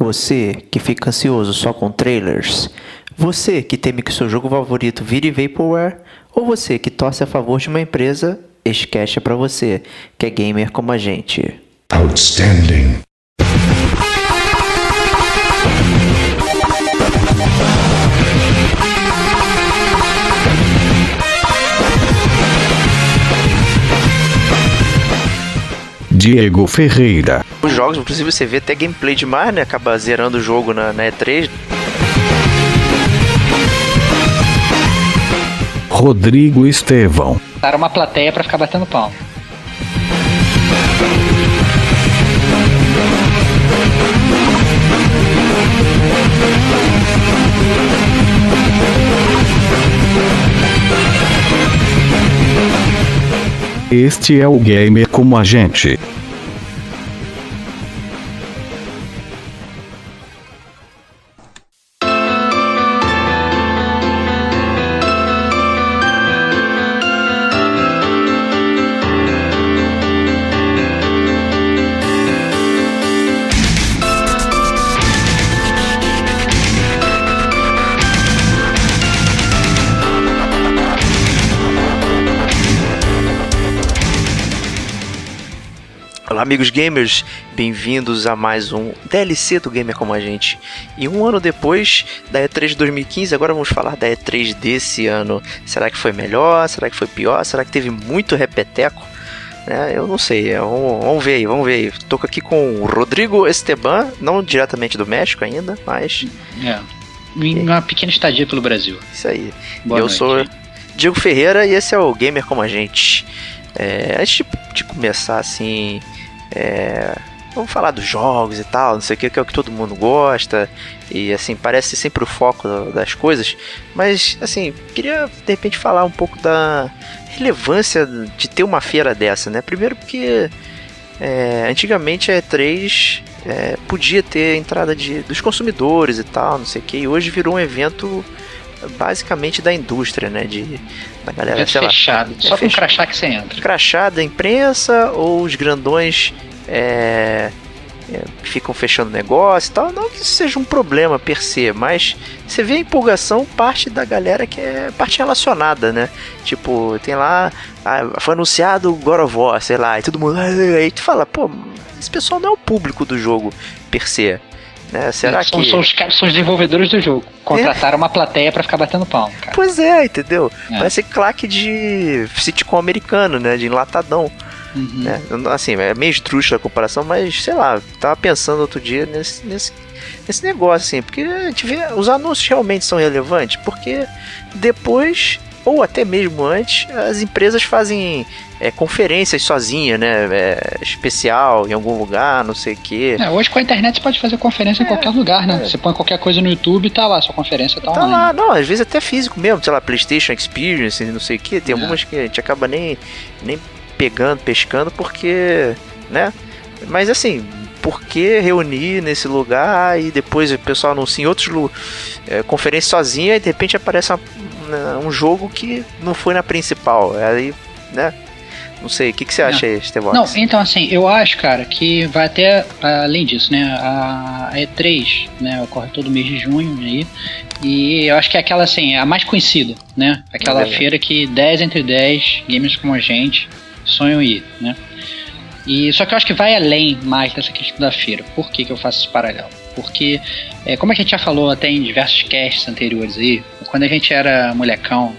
Você que fica ansioso só com trailers? Você que teme que seu jogo favorito vire vaporware? Ou você que torce a favor de uma empresa? Este cast é pra você, que é gamer como a gente. Outstanding. Diego Ferreira. Os jogos, inclusive você vê até gameplay demais, né? Acaba zerando o jogo na E3. Rodrigo Estevão. Para uma plateia pra ficar batendo palma. Este é o Gamer como a gente. Olá amigos gamers, bem-vindos a mais um DLC do Gamer Como a Gente. E um ano depois da E3 de 2015, agora vamos falar da E3 desse ano. Será que foi melhor? Será que foi pior? Será que teve muito repeteco? Eu não sei, vamos ver aí. Tô aqui com o Rodrigo Esteban, não diretamente do México ainda, mas... uma pequena estadia pelo Brasil. Isso aí. Boa noite. Sou Diego Ferreira e esse é o Gamer Como a Gente. Antes de começar assim... vamos falar dos jogos e tal, não sei o que é o que todo mundo gosta e assim, parece sempre o foco das coisas, mas assim, queria de repente falar um pouco da relevância de ter uma feira dessa, né? Primeiro porque antigamente a E3 podia ter entrada dos consumidores e tal, não sei o que, e hoje virou um evento basicamente da indústria, né? Da galera, sei lá, fechado. Só com crachá que você entra. Crachá da imprensa ou os grandões ficam fechando negócio e tal. Não que isso seja um problema per se, mas você vê a empolgação parte da galera que é parte relacionada, né? Tipo, tem lá, foi anunciado God of War, sei lá, e todo mundo. Aí tu fala, pô, esse pessoal não é o público do jogo per se. Né? Será que... São os desenvolvedores do jogo. Contrataram uma plateia pra ficar batendo palma, cara. Pois é, entendeu? Parece claque de sitcom americano, né? De enlatadão. Uhum. Né? Assim, é meio esdrúxula a comparação, mas sei lá, tava pensando outro dia nesse negócio, assim, porque a gente vê, os anúncios realmente são relevantes, porque depois, ou até mesmo antes, as empresas fazem conferências sozinha, né? Especial em algum lugar, não sei o quê. Hoje com a internet você pode fazer conferência em qualquer lugar, né? Você põe qualquer coisa no YouTube e tá lá, sua conferência tá online. Lá, não, às vezes até físico mesmo, sei lá, PlayStation Experience, não sei o quê. Tem algumas que a gente acaba nem pescando, porque, né? Mas assim, por que reunir nesse lugar e depois o pessoal anuncia em outros conferência sozinha e de repente aparece um jogo que não foi na principal. Aí, né? Não sei, o que você acha aí, Estevox? Não, então assim, eu acho, cara, que vai até além disso, né? A E3, né, ocorre todo mês de junho aí, e eu acho que é aquela, assim, a mais conhecida, né? Aquela feira que 10 entre 10 gamers como a gente sonham ir, né? E só que eu acho que vai além mais dessa questão da feira. Por que eu faço esse paralelo? Porque, como a gente já falou até em diversos casts anteriores aí, quando a gente era molecão,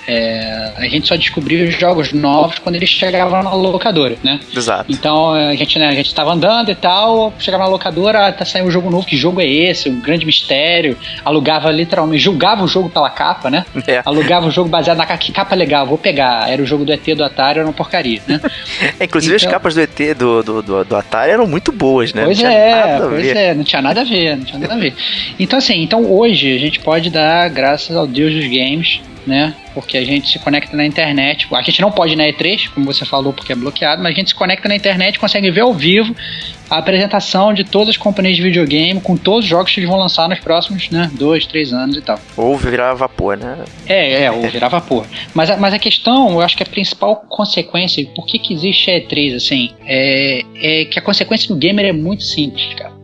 a gente só descobria os jogos novos quando eles chegavam na locadora, né? Exato. Então a gente tava andando e tal, chegava na locadora, tá saindo um jogo novo, que jogo é esse? Um grande mistério. Alugava literalmente, julgava o jogo pela capa, né? Alugava o jogo baseado na capa, que capa legal, vou pegar. Era o jogo do ET do Atari, era uma porcaria, né? Inclusive então, as capas do ET do Atari eram muito boas, né? Pois não tinha nada a ver. Então assim, hoje a gente pode dar graças ao Deus dos games, né? Porque a gente se conecta na internet. A gente não pode ir na E3, como você falou, porque é bloqueado, mas a gente se conecta na internet e consegue ver ao vivo a apresentação de todas as companhias de videogame com todos os jogos que eles vão lançar nos próximos, né, 2, 3 anos e tal. Ou virar vapor, né? Ou virar vapor. Mas a questão, eu acho que a principal consequência, por que existe a E3, assim, é que a consequência do gamer é muito simples, cara.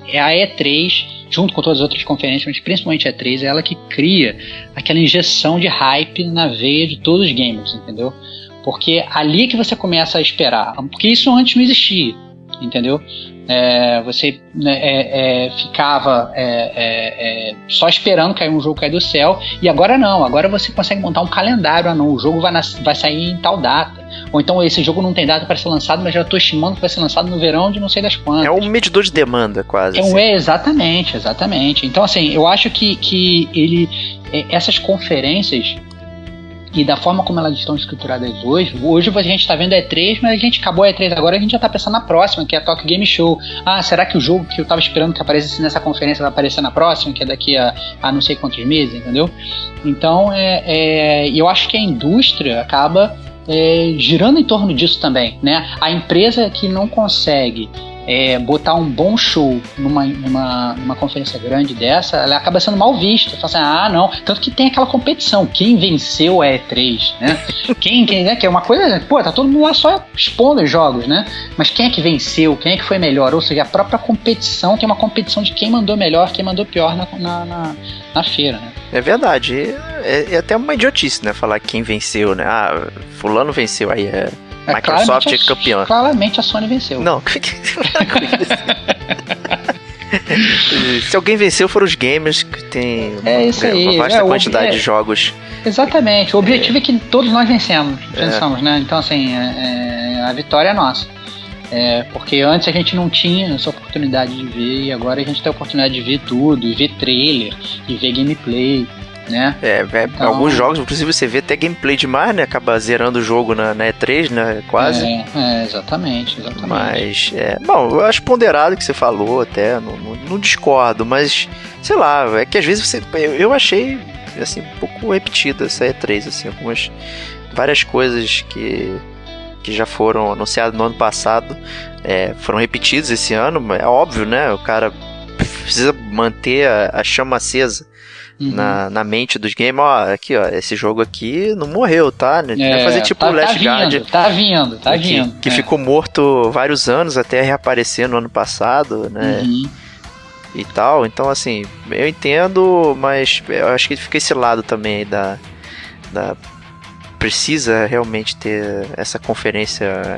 é a E3, junto com todas as outras conferências, mas principalmente a E3, é ela que cria aquela injeção de hype na veia de todos os gamers, entendeu? Porque ali que você começa a esperar, porque isso antes não existia, entendeu? Você ficava só esperando cair um jogo cair do céu, e agora não, agora você consegue montar um calendário. O jogo vai sair em tal data, ou então esse jogo não tem data para ser lançado, mas já estou estimando que vai ser lançado no verão de não sei das quantas. É um medidor de demanda quase. Exatamente. Então assim, eu acho que essas conferências, e da forma como elas estão estruturadas hoje a gente está vendo a E3, mas a gente acabou a E3 agora, a gente já está pensando na próxima, que é a Tokyo Game Show. Será que o jogo que eu estava esperando que aparecesse nessa conferência vai aparecer na próxima, que é daqui a não sei quantos meses, entendeu? Então, eu acho que a indústria acaba girando em torno disso também, né? A empresa que não consegue botar um bom show numa conferência grande dessa, ela acaba sendo mal vista. Fala assim, não. Tanto que tem aquela competição. Quem venceu a E3, né? quem né? Que é uma coisa, tá todo mundo lá só expondo os jogos, né? Mas quem é que venceu? Quem é que foi melhor? Ou seja, a própria competição tem uma competição de quem mandou melhor, quem mandou pior na feira, né? É verdade. É até uma idiotice, né? Falar quem venceu, né? Fulano venceu, aí Microsoft é campeão. Claramente a Sony venceu. Não. Se alguém venceu, foram os gamers, que tem uma vasta quantidade de jogos. Exatamente. O objetivo é que todos nós pensamos, né? Então, assim, a vitória é nossa. Porque antes a gente não tinha essa oportunidade de ver, e agora a gente tem a oportunidade de ver tudo, e ver trailer, e ver gameplay, né? Então, alguns jogos, inclusive, você vê até gameplay demais, né? Acaba zerando o jogo na E3, né? Quase. Exatamente. Mas, bom, eu acho ponderado que você falou, até, não discordo, mas, sei lá, é que às vezes eu achei, assim, um pouco repetida essa E3, assim, várias coisas que já foram anunciadas no ano passado, foram repetidas esse ano. É óbvio, né? O cara precisa manter a chama acesa na mente dos gamers. Aqui, esse jogo aqui não morreu, tá? Vai fazer tipo o Last Guard. Tá vindo. Que ficou morto vários anos até reaparecer no ano passado, né? E tal. Então, assim, eu entendo, mas eu acho que fica esse lado também da precisa realmente ter essa conferência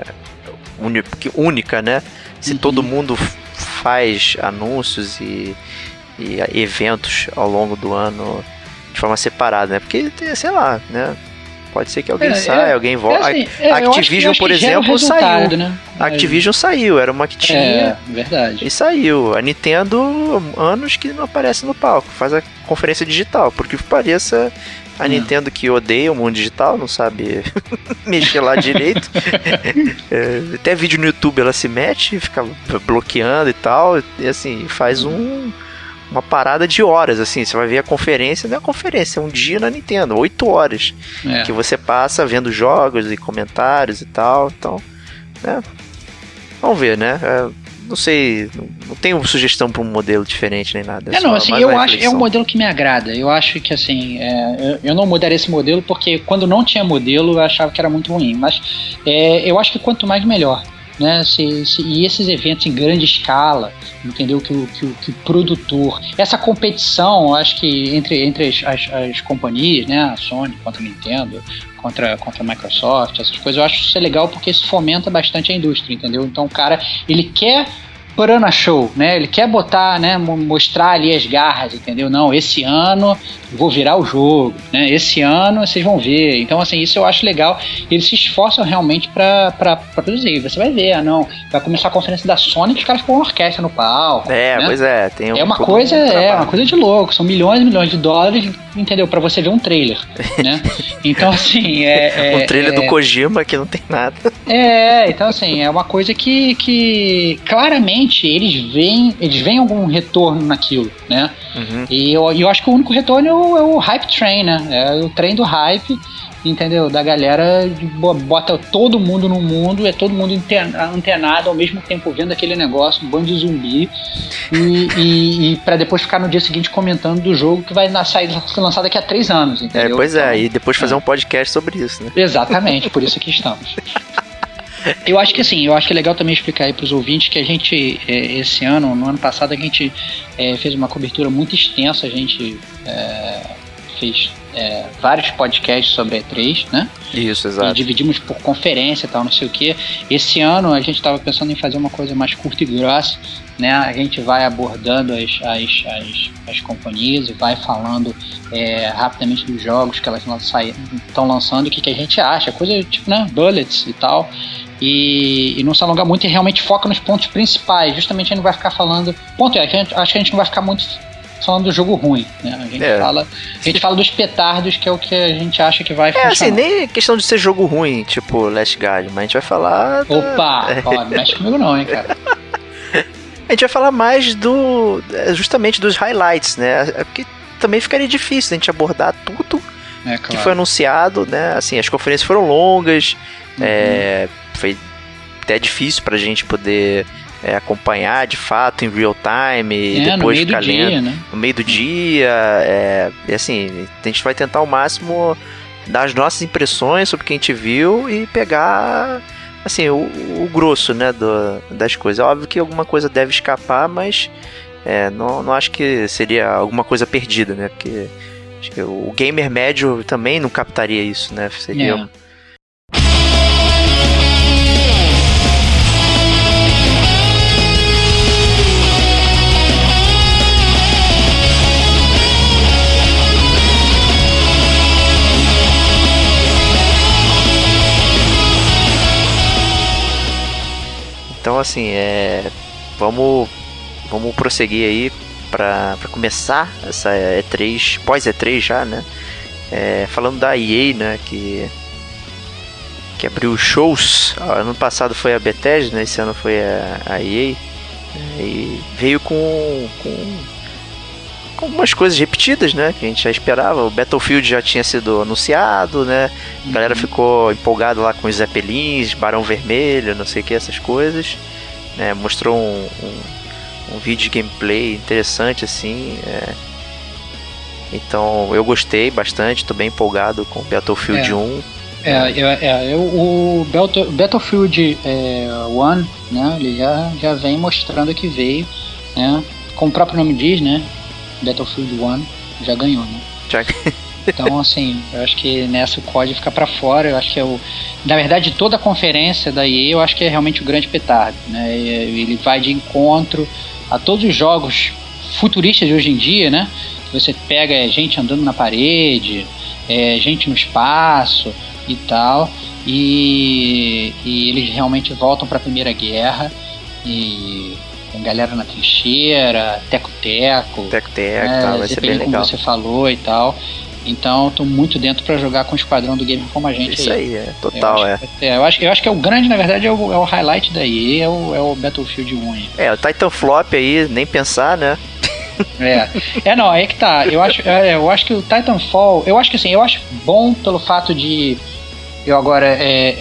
única, né? Se todo mundo faz anúncios e eventos ao longo do ano de forma separada, né? Porque, sei lá, né? Pode ser que alguém saia, alguém volta. A Activision, por exemplo, saiu. Né? A Activision saiu, era uma que tinha. Verdade. E saiu. A Nintendo, anos que não aparece no palco, faz a conferência digital, porque pareça. A Nintendo, que odeia o mundo digital, não sabe mexer lá direito. Até vídeo no YouTube ela se mete, fica bloqueando e tal. E assim, faz uma parada de horas, assim. Você vai ver a conferência, não é uma conferência, é um dia na Nintendo, 8 horas. Que você passa vendo jogos e comentários e tal. Então, né? Vamos ver, né? Não sei, não tenho sugestão para um modelo diferente nem nada. Eu acho que é um modelo que me agrada. Eu acho que, assim, eu não mudaria esse modelo, porque quando não tinha modelo eu achava que era muito ruim. Mas eu acho que quanto mais melhor, né? E esses eventos em grande escala, entendeu? Que o produtor, essa competição, eu acho que entre as companhias, né? A Sony contra a Nintendo, contra a Microsoft, essas coisas, eu acho isso legal, porque isso fomenta bastante a indústria, entendeu? Então o cara, ele quer put on a show, né? Ele quer botar, né? Mostrar ali as garras, entendeu? Não, esse ano vou virar o jogo, né? Esse ano vocês vão ver. Então, assim, isso eu acho legal. Eles se esforçam realmente pra produzir. Você vai ver, vai começar a conferência da Sony, que os caras põem uma orquestra no palco. Né? Pois é. Tem uma coisa de louco. São milhões e milhões de dólares, entendeu? Pra você ver um trailer, né? Então, assim, um trailer do Kojima que não tem nada. Então, assim, é uma coisa que claramente eles veem algum retorno naquilo, né? E eu acho que o único retorno é o hype train, né? É o trem do hype, entendeu? Da galera, bota todo mundo no mundo, todo mundo antenado ao mesmo tempo vendo aquele negócio, um bando de zumbi, e pra depois ficar no dia seguinte comentando do jogo que vai ser lançado daqui a 3 anos, entendeu? Pois e depois fazer um podcast sobre isso, né? Exatamente, por isso que estamos. Eu acho que assim, eu acho que é legal também explicar aí pros ouvintes que a gente, esse ano, no ano passado, a gente fez uma cobertura muito extensa, a gente fez vários podcasts sobre E3, né? Isso, exato. E dividimos por conferência e tal, não sei o que. Esse ano a gente estava pensando em fazer uma coisa mais curta e grossa, né? A gente vai abordando as companhias e vai falando rapidamente dos jogos que elas estão lançando, o que a gente acha, coisa tipo, né? Bullets e tal. E não se alongar muito e realmente foca nos pontos principais. Justamente a gente não vai ficar falando. Ponto acho que a gente não vai ficar muito falando do jogo ruim, né? A gente fala dos petardos, que é o que a gente acha que vai funcionar. Assim, nem questão de ser jogo ruim, tipo Last Guard, mas a gente vai falar... Opa! Não mexe comigo não, hein, cara. A gente vai falar mais justamente dos highlights, né? Porque também ficaria difícil a gente abordar tudo que foi anunciado, né? Assim, as conferências foram longas, foi até difícil pra gente poder acompanhar de fato em real time e depois ficar lendo né? No meio do dia. E assim, a gente vai tentar ao máximo dar as nossas impressões sobre o que a gente viu e pegar assim, o grosso, né, das coisas. É óbvio que alguma coisa deve escapar, mas não acho que seria alguma coisa perdida, né? Porque acho que o gamer médio também não captaria isso, né? Seria... Então, assim, vamos prosseguir aí para começar essa E3, pós-E3 já, né? Falando da EA, né? Que abriu shows. Ano passado foi a Bethesda, né? Esse ano foi a EA. E veio com algumas coisas repetidas, né? Que a gente já esperava. O Battlefield já tinha sido anunciado, né? A galera ficou empolgada lá com os Zeppelins, Barão Vermelho, não sei o que, essas coisas, né? Mostrou um vídeo de gameplay interessante, assim. Então eu gostei bastante, tô bem empolgado com o Battlefield 1. O Battlefield 1, né? Ele já vem mostrando que veio, né? Como o próprio nome diz, né? Battlefield 1 já ganhou, né? Então, assim, eu acho que nessa o COD fica pra fora. Eu acho que na verdade, toda a conferência da EA, eu acho que é realmente o grande petardo, né? Ele vai de encontro a todos os jogos futuristas de hoje em dia, né? Você pega gente andando na parede, gente no espaço e tal, e eles realmente voltam pra Primeira Guerra e... com galera na trincheira, teco-teco, tá, vai ser bem legal. Como você falou e tal. Então, tô muito dentro pra jogar com o esquadrão do Gamer como a gente. Isso aí, total, eu acho que é o grande, na verdade, é o highlight da EA, é o Battlefield 1 aí. O Titanfall aí, nem pensar, né? Não, aí que tá. Eu acho que o Titanfall, eu acho que assim, eu acho bom pelo fato de eu agora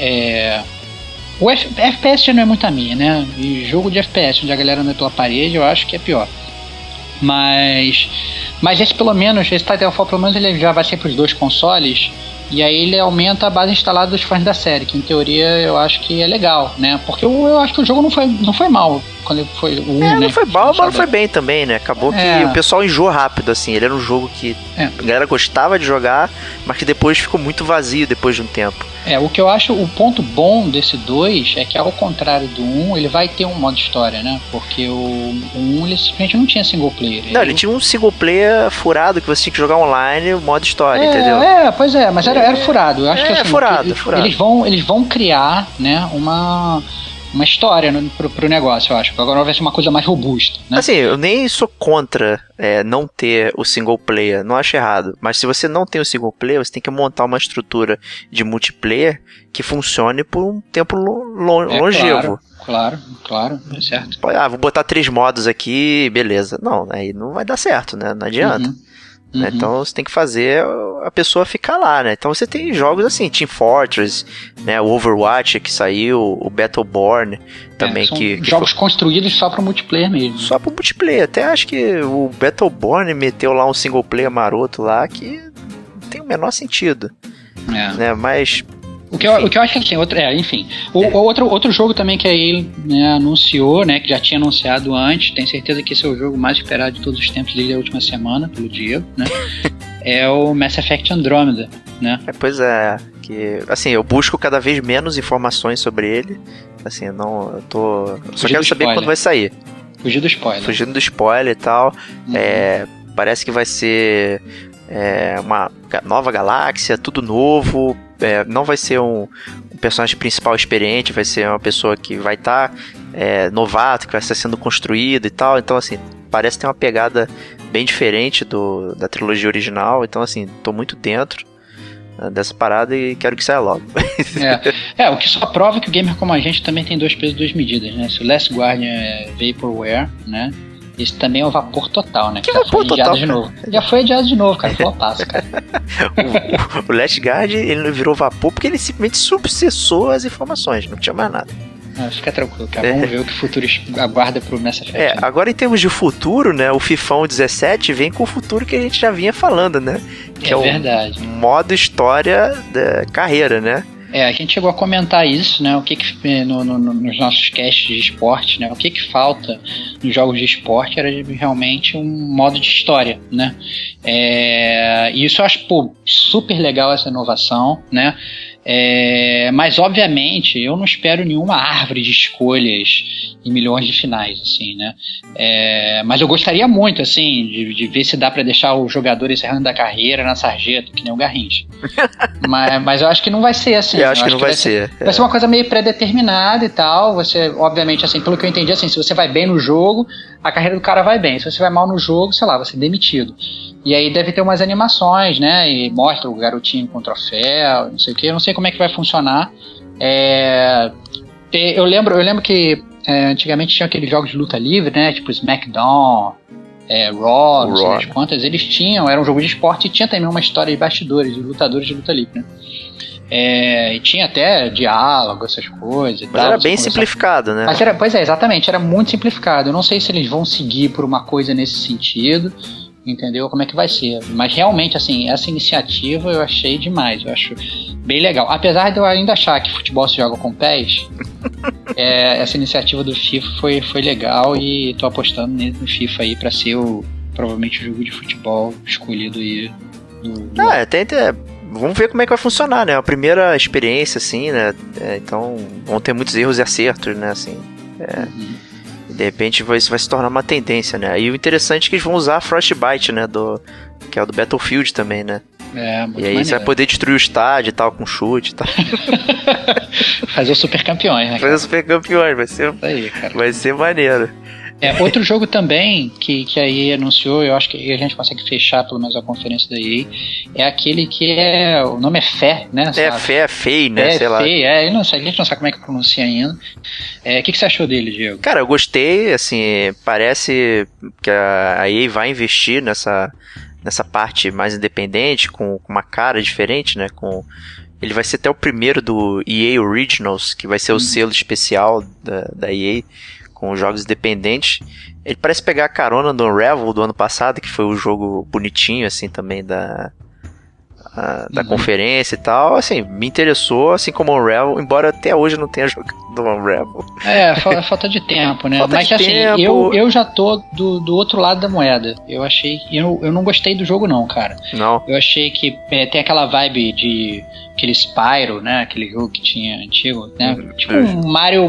o FPS já não é muito a minha, né? E jogo de FPS onde a galera anda pela parede, eu acho que é pior. Mas esse pelo menos, esse Titanfall pelo menos ele já vai ser para os 2 consoles. E aí ele aumenta a base instalada dos fãs da série, que em teoria eu acho que é legal, né? Porque eu acho que o jogo não foi mal quando ele foi o 1, né? Não foi mal, mas não foi bem também, né? Acabou que o pessoal enjoou rápido, assim. Ele era um jogo que a galera gostava de jogar, mas que depois ficou muito vazio depois de um tempo. O que eu acho, o ponto bom desse 2 é que, ao contrário do 1, ele vai ter um modo história, né? Porque o 1, ele simplesmente não tinha single player. Não, ele tinha um single player furado que você tinha que jogar online, o modo história, entendeu? Pois é, mas era furado. Eu acho que assim, furado. Eles vão criar, né, uma história pro negócio, eu acho. Agora vai ser uma coisa mais robusta, né? Assim, eu nem sou contra não ter o single player, não acho errado. Mas se você não tem o single player, você tem que montar uma estrutura de multiplayer que funcione por um tempo longevo. Claro, é certo. Vou botar 3 modos aqui, beleza. Não, aí não vai dar certo, né? Não adianta. Né? Então você tem que fazer a pessoa ficar lá, né? Então você tem jogos assim, Team Fortress, né? O Overwatch que saiu, o Battleborn também. São jogos construídos só para multiplayer mesmo. Só para multiplayer. Até acho que o Battleborn meteu lá um single player maroto lá que não tem o menor sentido. Né? Mas O que eu acho que assim, enfim. Outro jogo também que a EA, né, anunciou, né, que já tinha anunciado antes, tenho certeza que esse é o jogo mais esperado de todos os tempos desde a última semana, pelo Diego, né? É o Mass Effect Andromeda, né? Pois é, que assim, eu busco cada vez menos informações sobre ele. Assim, eu só quero saber quando vai sair. Fugindo do spoiler e tal. Parece que vai ser uma nova galáxia, tudo novo. Não vai ser um personagem principal experiente, vai ser uma pessoa que vai estar novato, que vai estar sendo construído e tal. Então, assim, parece ter uma pegada bem diferente da trilogia original. Então, assim, tô muito dentro dessa parada e quero que saia logo. O que só prova que o gamer como a gente também tem 2 pesos e 2 medidas, né? Se o Last Guardian é Vaporware, né? Esse também é o vapor total, né? Que vapor total? Já foi adiado de novo, cara. Flopaço, cara. o Last Guardian, ele não virou vapor porque ele simplesmente subcessou as informações, não tinha mais nada. Fica tranquilo, cara. Vamos ver o que o futuro aguarda pro Mass Effect. Né? Agora em termos de futuro, né? O Fifão 17 vem com o futuro que a gente já vinha falando, né? Que é verdade. O modo história da carreira, né? A gente chegou a comentar isso, né? O que nos nossos casts de esporte, né? O que falta nos jogos de esporte era realmente um modo de história, né? E isso eu acho, super legal essa inovação, né? Mas obviamente eu não espero nenhuma árvore de escolhas e milhões de finais, assim, né? Mas eu gostaria muito, assim, de ver se dá pra deixar o jogador encerrando da carreira na sarjeta, que nem o Garrincha. mas eu acho que não vai ser assim. Eu acho que não vai ser. Vai ser uma coisa meio pré-determinada e tal. Você, obviamente, assim, pelo que eu entendi, assim, se você vai bem no jogo, a carreira do cara vai bem. Se você vai mal no jogo, sei lá, vai ser demitido. E aí deve ter umas animações, né? E mostra o garotinho com troféu, não sei o que. Eu não sei como é que vai funcionar. Eu lembro que antigamente tinha aqueles jogos de luta livre, né? Tipo SmackDown, Raw, não sei das quantas. Eles tinham, era um jogo de esporte e tinha também uma história de bastidores, de lutadores de luta livre, né? E tinha até diálogo, essas coisas. Mas era bem simplificado, né? Pois é, exatamente, era muito simplificado. Eu não sei se eles vão seguir por uma coisa nesse sentido. Entendeu? Como é que vai ser? Mas realmente, assim, essa iniciativa eu achei demais. Eu acho bem legal. Apesar de eu ainda achar que futebol se joga com pés, essa iniciativa do FIFA foi legal e tô apostando no FIFA aí pra ser provavelmente o jogo de futebol escolhido aí. Vamos ver como é que vai funcionar, né? A primeira experiência, assim, né? Então vão ter muitos erros e acertos, né? Assim, de repente vai se tornar uma tendência, né? E o interessante é que eles vão usar a Frostbite, né? Que é o do Battlefield também, né? Muito e aí maneiro. você vai poder destruir o estádio e tal, com chute e tal. Fazer os super campeões, né? Fazer os super campeões, vai ser maneiro. Outro jogo também que a EA anunciou, eu acho que a gente consegue fechar pelo menos a conferência da EA, é aquele que o nome é Fé, né? Fei, né? Sei lá. A gente não sabe como é que pronuncia ainda. O que você achou dele, Diego? Cara, eu gostei, assim, parece que a EA vai investir nessa parte mais independente, com uma cara diferente, né? Ele vai ser até o primeiro do EA Originals, que vai ser o selo especial da EA, com os jogos independentes. Ele parece pegar a carona do Unravel do ano passado, que foi o jogo bonitinho, assim, também da conferência e tal. Assim, me interessou, assim como o Unravel, embora até hoje eu não tenha jogado o Unravel. Falta de tempo, né? Mas assim, eu já tô do outro lado da moeda. Eu achei... Eu não gostei do jogo não, cara. Não? Eu achei que tem aquela vibe de... Aquele Spyro, né? Aquele jogo que tinha antigo, né? Tipo um Mario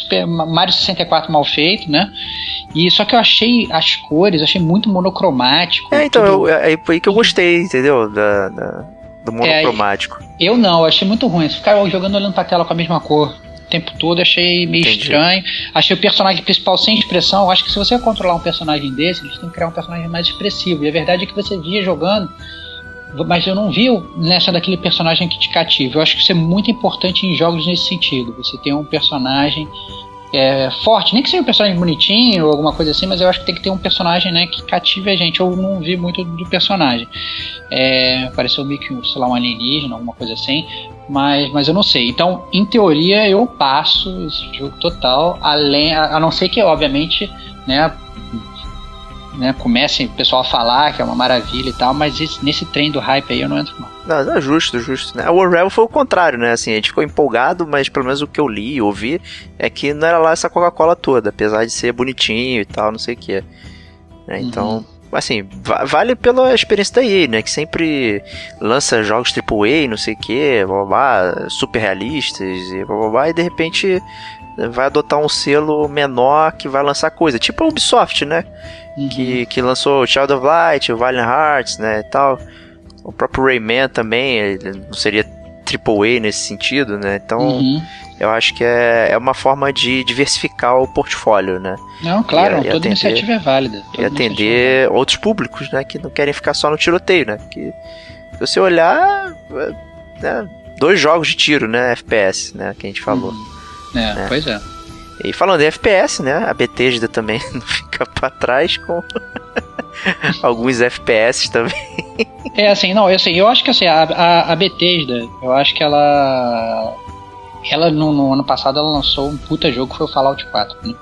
64 mal feito, né? E só que eu achei as cores, eu achei muito monocromático. Então, foi aí que eu gostei, entendeu? Do monocromático. Eu achei muito ruim. Você ficar jogando olhando pra tela com a mesma cor o tempo todo, achei meio estranho. Achei o personagem principal sem expressão. Eu acho que se você controlar um personagem desse, eles têm que criar um personagem mais expressivo. E a verdade é que você via jogando, mas eu não vi nessa daquele personagem que te cativa. Eu acho que isso é muito importante em jogos nesse sentido. Você tem um personagem forte, nem que seja um personagem bonitinho ou alguma coisa assim, mas eu acho que tem que ter um personagem, né, que cative a gente. Eu não vi muito do personagem. Pareceu meio que, sei lá, um alienígena, alguma coisa assim, mas eu não sei. Então, em teoria, eu passo esse jogo total, a não ser que, obviamente, né, comece o pessoal a falar que é uma maravilha e tal, mas nesse trem do hype aí eu não entro não. Não, justo. Né? O Unravel foi o contrário, né? Assim, a gente ficou empolgado, mas pelo menos o que eu li e ouvi é que não era lá essa Coca-Cola toda, apesar de ser bonitinho e tal, não sei o que. Né? Então, assim, vale pela experiência da EA, né? Que sempre lança jogos AAA, não sei o que, super realistas e e de repente vai adotar um selo menor que vai lançar coisa, tipo a Ubisoft, né? Que lançou Child of Light, o Valiant Hearts, né, e tal. O próprio Rayman também, ele não seria AAA nesse sentido, né? Então, eu acho que é uma forma de diversificar o portfólio, né? Não, claro, toda iniciativa é válida. E atender outros públicos, né? Que não querem ficar só no tiroteio, né? Porque se você olhar, né, 2 jogos de tiro, né? FPS, né? Que a gente falou. Né? Pois é. E falando em FPS, né? A Bethesda também não fica pra trás com alguns FPS também. Eu acho que assim, a Bethesda, eu acho que ela no ano passado ela lançou um puta jogo que foi o Fallout 4, né?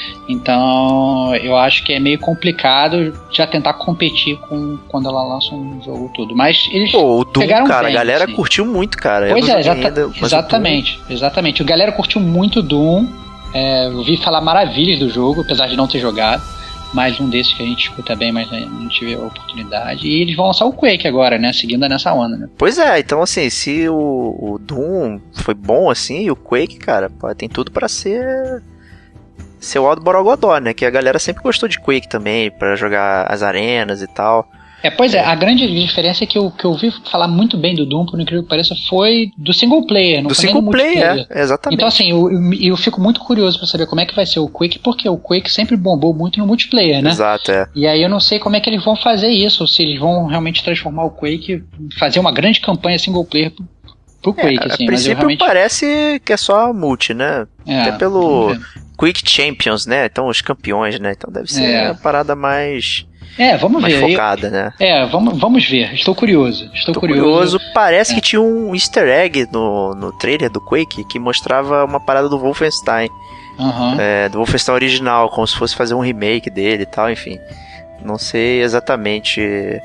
Então eu acho que é meio complicado já tentar competir com quando ela lança um jogo todo. Mas eles o Doom, pegaram cara, bem, a galera assim. curtiu muito, cara. Pois é, exatamente. A galera curtiu muito Doom. Eu ouvi falar maravilhas do jogo, apesar de não ter jogado. Mais um desses que a gente escuta bem, mas não tive a oportunidade. E eles vão lançar o Quake agora, né? Seguindo nessa onda, né? Pois é, então assim, se o Doom foi bom assim, o Quake, cara, tem tudo pra ser o Aldo Borogodó, né? Que a galera sempre gostou de Quake também, pra jogar as arenas e tal. A grande diferença é que eu ouvi falar muito bem do Doom, por incrível que pareça, foi do single player. Não do foi nem single player, multiplayer. Exatamente. Então assim, eu fico muito curioso pra saber como é que vai ser o Quake, porque o Quake sempre bombou muito no multiplayer, né? Exato, E aí eu não sei como é que eles vão fazer isso, ou se eles vão realmente transformar o Quake, fazer uma grande campanha single player pro Quake, assim. A princípio parece que é só multi, né? Até pelo Quake Champions, né? Então os campeões, né? Então deve ser uma parada mais... vamos mais ver. focada, né? Vamos ver. Estou curioso. Parece que tinha um easter egg no trailer do Quake que mostrava uma parada do Wolfenstein. Do Wolfenstein original, como se fosse fazer um remake dele e tal, enfim. Não sei exatamente.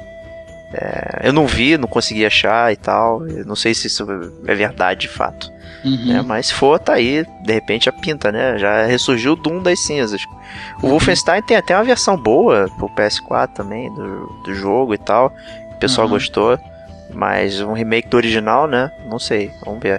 Eu não vi, não consegui achar e tal. Eu não sei se isso é verdade de fato. Mas se for, tá aí, de repente a pinta, né? Já ressurgiu o Doom das cinzas. O Wolfenstein tem até uma versão boa pro PS4 também, do jogo e tal. O pessoal gostou. Mas um remake do original, né? Não sei, vamos ver.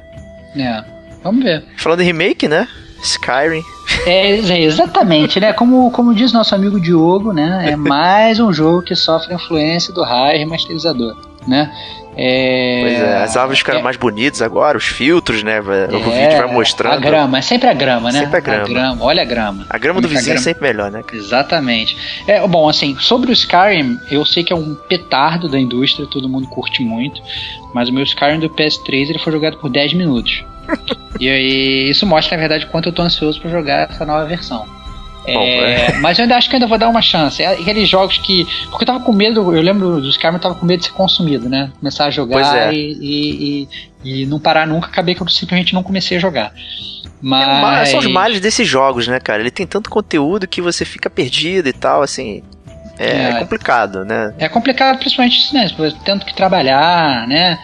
Vamos ver. Falando em remake, né? Skyrim. Exatamente, né? Como diz nosso amigo Diogo, né? É mais um jogo que sofre influência do raio remasterizador, né? Pois é, as árvores ficaram mais bonitas agora, os filtros, né? O vídeo vai mostrando. A grama, é sempre a grama, né? Sempre a grama. Olha a grama. A grama do vizinho é sempre melhor, né? Exatamente. Bom, assim, sobre o Skyrim, eu sei que é um petardo da indústria, todo mundo curte muito, mas o meu Skyrim do PS3 ele foi jogado por 10 minutos. E aí, isso mostra, na verdade, quanto eu tô ansioso pra jogar essa nova versão. Mas eu ainda acho que ainda vou dar uma chance. Aqueles jogos que... Porque eu tava com medo, eu lembro do Skyrim, eu tava com medo de ser consumido, né? Começar a jogar e não parar nunca, acabei que eu simplesmente não comecei a jogar. Mas... São os males desses jogos, né, cara? Ele tem tanto conteúdo que você fica perdido e tal, assim... É complicado, né? É complicado, principalmente, né? Tendo que trabalhar, né?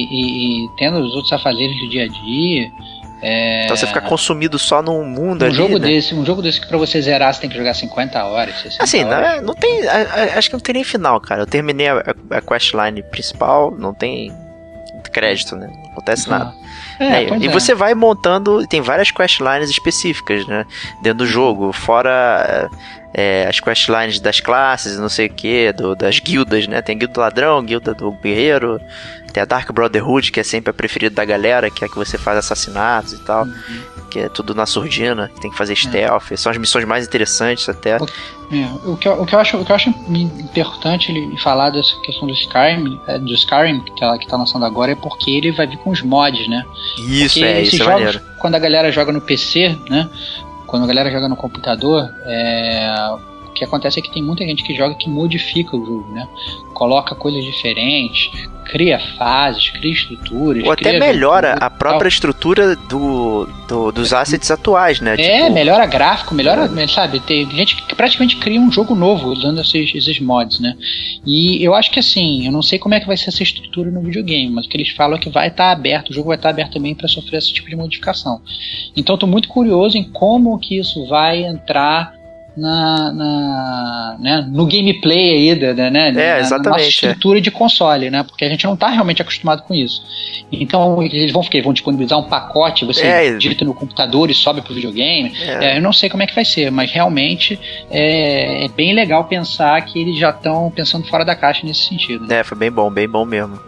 E tendo os outros afazeres do dia a dia... Então você fica consumido só num mundo ali, Um jogo desse que pra você zerar você tem que jogar 50 horas, 60 assim, horas. Não tem, acho que não tem nem final, cara. Eu terminei a questline principal, não tem crédito, né? Não acontece nada. Você vai montando, tem várias questlines específicas, né? Dentro do jogo, fora as questlines das classes, não sei o que, das guildas, né? Tem guilda do ladrão, guilda do guerreiro, tem a Dark Brotherhood, que é sempre a preferida da galera, que é que você faz assassinatos e tal, que é tudo na surdina, que tem que fazer stealth, são as missões mais interessantes até. O que eu acho importante ele falar dessa questão do Skyrim que tá lançando agora, é porque ele vai vir com os mods, né? Isso, porque isso é jogos, maneiro. Quando a galera joga no PC, né? Quando a galera joga no computador, que acontece é que tem muita gente que joga que modifica o jogo, né? Coloca coisas diferentes, cria fases, cria estruturas. Ou até melhora a própria estrutura dos assets atuais, né? Melhora gráfico, sabe? Tem gente que praticamente cria um jogo novo usando esses mods, né? E eu acho que assim, eu não sei como é que vai ser essa estrutura no videogame, mas o que eles falam é que vai estar aberto, o jogo vai estar aberto também para sofrer esse tipo de modificação. Então eu tô muito curioso em como que isso vai entrar no gameplay aí, né? Exatamente. Na nossa estrutura de console, né? Porque a gente não está realmente acostumado com isso. Então, eles vão disponibilizar um pacote, você digita no computador e sobe pro videogame. Eu não sei como é que vai ser, mas realmente é bem legal pensar que eles já estão pensando fora da caixa nesse sentido. Né? Foi bem bom mesmo.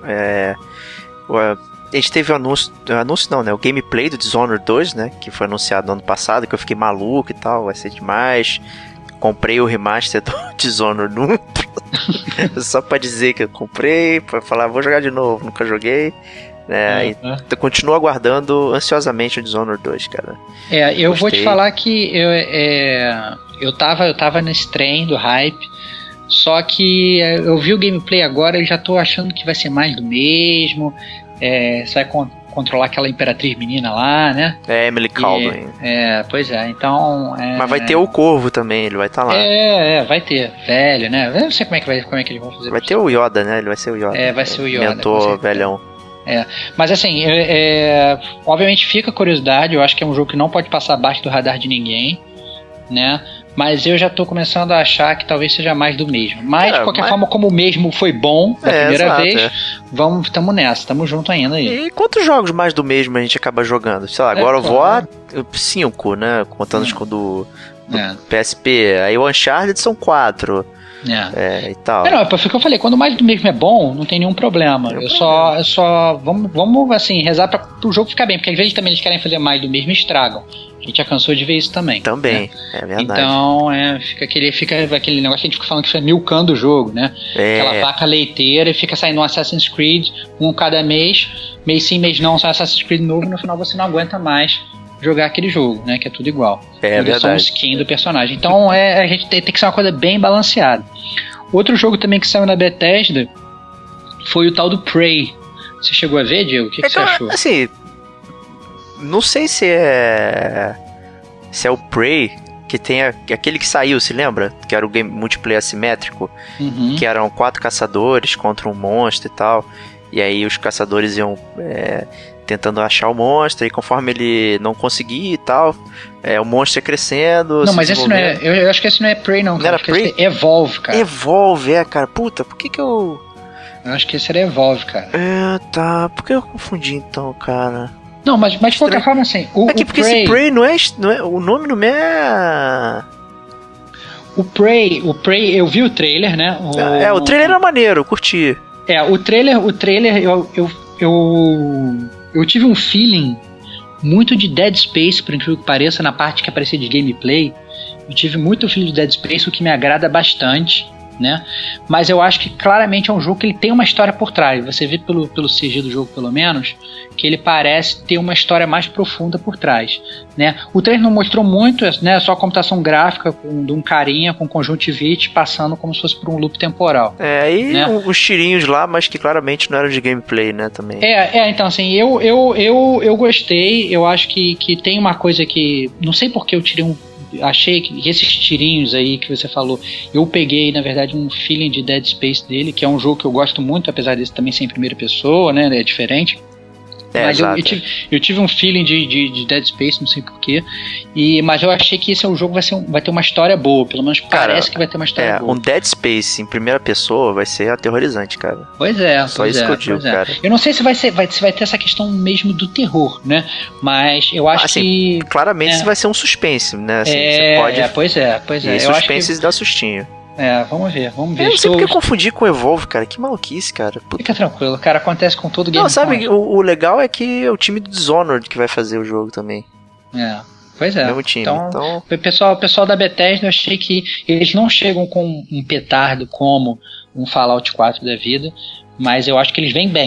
A gente teve o anúncio não, né? O gameplay do Dishonored 2, né? Que foi anunciado no ano passado, que eu fiquei maluco e tal, vai ser demais. Comprei o remaster do Dishonored 1 só pra dizer que eu comprei, pra falar, vou jogar de novo, nunca joguei. Eu continuo aguardando ansiosamente o Dishonored 2, cara. Eu vou te falar que eu tava nesse trem do hype. Só que eu vi o gameplay agora e já tô achando que vai ser mais do mesmo. Você vai controlar aquela imperatriz menina lá, né? Emily Caldwin. Pois é, então... Mas vai ter o Corvo também, ele vai estar lá. Vai ter, velho, né? Eu não sei como é que eles vão fazer. Vai ter o Yoda, né? Ele vai ser o Yoda. Vai ser o Yoda. Mentor velhão. Mas assim, obviamente fica a curiosidade, eu acho que é um jogo que não pode passar abaixo do radar de ninguém, né? Mas eu já tô começando a achar que talvez seja mais do mesmo. Mas, de qualquer forma, como o mesmo foi bom da primeira vez, tamo nessa, tamo junto ainda aí. E quantos jogos mais do mesmo a gente acaba jogando? Sei lá, agora eu vou a 5, né? Contando com do PSP. Aí o Uncharted são 4. E tal. Foi o que eu falei, quando mais do mesmo é bom, não tem nenhum problema. Vamos assim, rezar pro jogo ficar bem, porque às vezes também eles querem fazer mais do mesmo e estragam. A gente já cansou de ver isso também. Também, é verdade. Então, fica aquele negócio que a gente fica falando que fica milcando o jogo, né? Aquela vaca leiteira e fica saindo um Assassin's Creed, um cada mês sim, mês não, sai Assassin's Creed novo, e no final você não aguenta mais jogar aquele jogo, né? Que é tudo igual. É só um skin do personagem. Então, a gente tem que ser uma coisa bem balanceada. Outro jogo também que saiu na Bethesda foi o tal do Prey. Você chegou a ver, Diego? O que você achou? Assim, não sei se é o Prey, que tem aquele que saiu, se lembra? Que era o game multiplayer assimétrico, que eram 4 caçadores contra um monstro e tal, e aí os caçadores iam tentando achar o monstro, e conforme ele não conseguia e tal, o monstro ia crescendo. Não, mas esse não é, eu acho que esse não é Prey não, cara. Não era Prey? É Evolve, cara. Evolve, cara, puta, por que eu acho que esse era Evolve, cara. Tá, por que eu confundi então, cara? Não, mas de qualquer forma, assim, porque Prey... esse Prey não é, o nome não é... O Prey, eu vi o trailer, né? O trailer era maneiro, eu curti. O trailer, eu tive um feeling muito de Dead Space, por incrível que pareça, na parte que aparecia de gameplay. Eu tive muito feeling de Dead Space, o que me agrada bastante, né? Mas eu acho que claramente é um jogo que ele tem uma história por trás. Você vê pelo CG do jogo, pelo menos, que ele parece ter uma história mais profunda por trás, né? O trailer não mostrou muito, né? Só a computação gráfica de um carinha com conjuntivite passando como se fosse por um loop temporal. Né? Os tirinhos lá, mas que claramente não eram de gameplay, né? Também. Então assim, eu gostei. Eu acho que tem uma coisa que, não sei porque eu tirei achei que esses tirinhos aí que você falou, eu peguei, na verdade, um feeling de Dead Space dele, que é um jogo que eu gosto muito, apesar desse também ser em primeira pessoa, né? É diferente. Mas eu tive um feeling de Dead Space, não sei porquê. Mas eu achei que esse jogo vai ter uma história boa. Pelo menos parece que vai ter uma história boa. Um Dead Space em primeira pessoa vai ser aterrorizante, cara. Pois é. Só isso que eu digo, cara. Eu não sei se vai ter essa questão mesmo do terror, né? Mas eu acho que... Claramente vai ser um suspense, né? Assim, você pode... Pois é. E suspense dá sustinho. Vamos ver. Eu não sei porque eu confundi com o Evolve, cara. Que maluquice, cara. Puta. Fica tranquilo, cara. Acontece com todo game. Não, sabe, o legal é que é o time do Dishonored que vai fazer o jogo também. Pois é. Mesmo time. Então... O pessoal da Bethesda, eu achei que eles não chegam com um petardo como um Fallout 4 da vida, mas eu acho que eles vêm bem.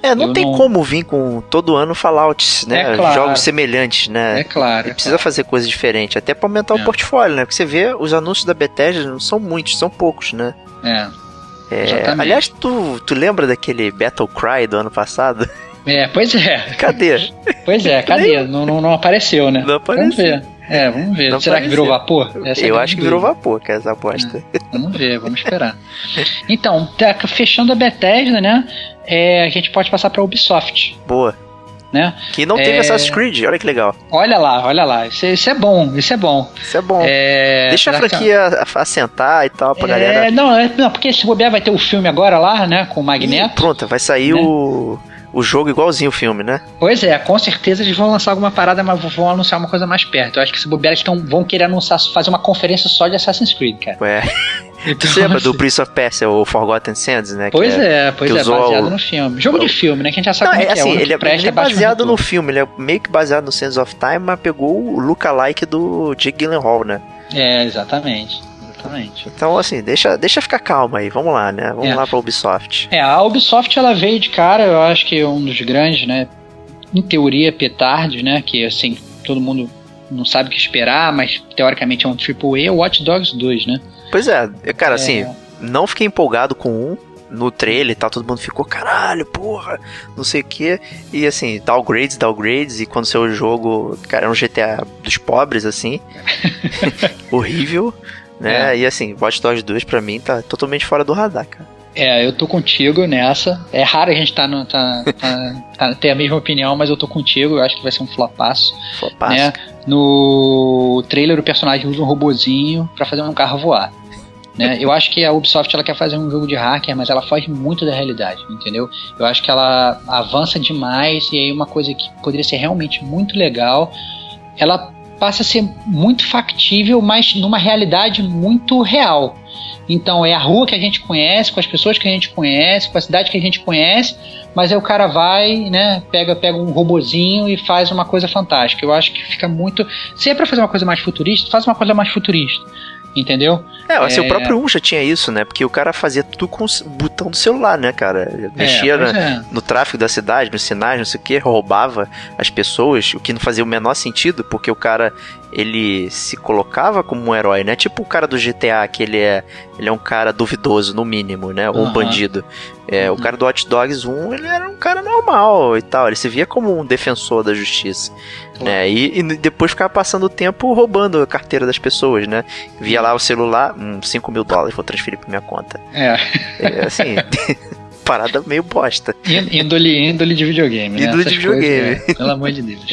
Não tem como vir com todo ano Fallout, né? Claro. Jogos semelhantes, né? É claro. Ele precisa fazer coisas diferentes, até pra aumentar o portfólio, né? Porque você vê, os anúncios da Bethesda não são muitos, são poucos, né? Exatamente. Aliás, tu lembra daquele Battle Cry do ano passado? Pois é. Cadê? Pois é, cadê? Não apareceu, né? Não apareceu. Vamos ver. Vamos ver. Não Será apareceu. Que virou vapor? Eu acho que virou vapor, que é essa aposta. Vamos ver, vamos esperar. Então, fechando a Bethesda, né? A gente pode passar pra Ubisoft. Boa. Né? Que não teve Assassin's Creed, olha que legal. Olha lá. Isso é bom, isso é bom. Isso é bom. Deixa a franquia assentar e tal pra galera. Não, porque se bobear vai ter o filme agora lá, né? Com o Magneto. Pronto, vai sair, né? O jogo igualzinho o filme, né? Pois é, com certeza eles vão lançar alguma parada, mas vão anunciar uma coisa mais perto. Eu acho que se bobear eles vão querer anunciar, fazer uma conferência só de Assassin's Creed, cara. Então, você lembra do Prince of Persia, o Forgotten Sands, né? Pois é, baseado no filme. Jogo de filme, né? Que a gente já sabe como é que assim, é. Ele é baseado no filme, ele é meio que baseado no Sands of Time, mas pegou o lookalike do Jake Gyllenhaal, né? Exatamente. Então, assim, deixa ficar calma aí, vamos lá, né? Vamos lá pra Ubisoft. A Ubisoft, ela veio de cara, eu acho que um dos grandes, né? Em teoria, petardos, né? Que, assim, todo mundo não sabe o que esperar, mas teoricamente é um AAA, o Watch Dogs 2, né? Pois é, cara, assim, não fiquei empolgado com no trailer e tal, todo mundo ficou, caralho, porra, não sei o que, e assim, downgrades, e quando saiu o jogo, cara, era um GTA dos pobres, assim, horrível, né, e assim, Watch Dogs 2 pra mim tá totalmente fora do radar, cara. Eu tô contigo nessa, é raro a gente ter a mesma opinião, mas eu tô contigo, eu acho que vai ser um flopaço. Né? No trailer o personagem usa um robozinho pra fazer um carro voar. Né? Eu acho que a Ubisoft ela quer fazer um jogo de hacker, mas ela foge muito da realidade, entendeu? Eu acho que ela avança demais e aí uma coisa que poderia ser realmente muito legal, ela passa a ser muito factível, mas numa realidade muito real. Então é a rua que a gente conhece, com as pessoas que a gente conhece, com a cidade que a gente conhece, mas aí o cara vai, né, pega um robozinho e faz uma coisa fantástica. Eu acho que fica muito... Se é pra fazer uma coisa mais futurista, faz uma coisa mais futurista. Entendeu? Assim, o próprio 1 já tinha isso, né? Porque o cara fazia tudo com o botão do celular, né, cara? Mexia no tráfego da cidade, nos sinais, não sei o que, roubava as pessoas, o que não fazia o menor sentido, porque o cara, ele se colocava como um herói, né? Tipo o cara do GTA, que ele é um cara duvidoso, no mínimo, né? Ou um bandido. O cara do Watch Dogs 1, ele era um cara normal e tal, ele se via como um defensor da justiça, né? E depois ficava passando o tempo roubando a carteira das pessoas, né? Via lá o celular, $5 mil, vou transferir pra minha conta. Assim, parada meio bosta. Índole de videogame, né? Índole de videogame. Pelo amor de Deus.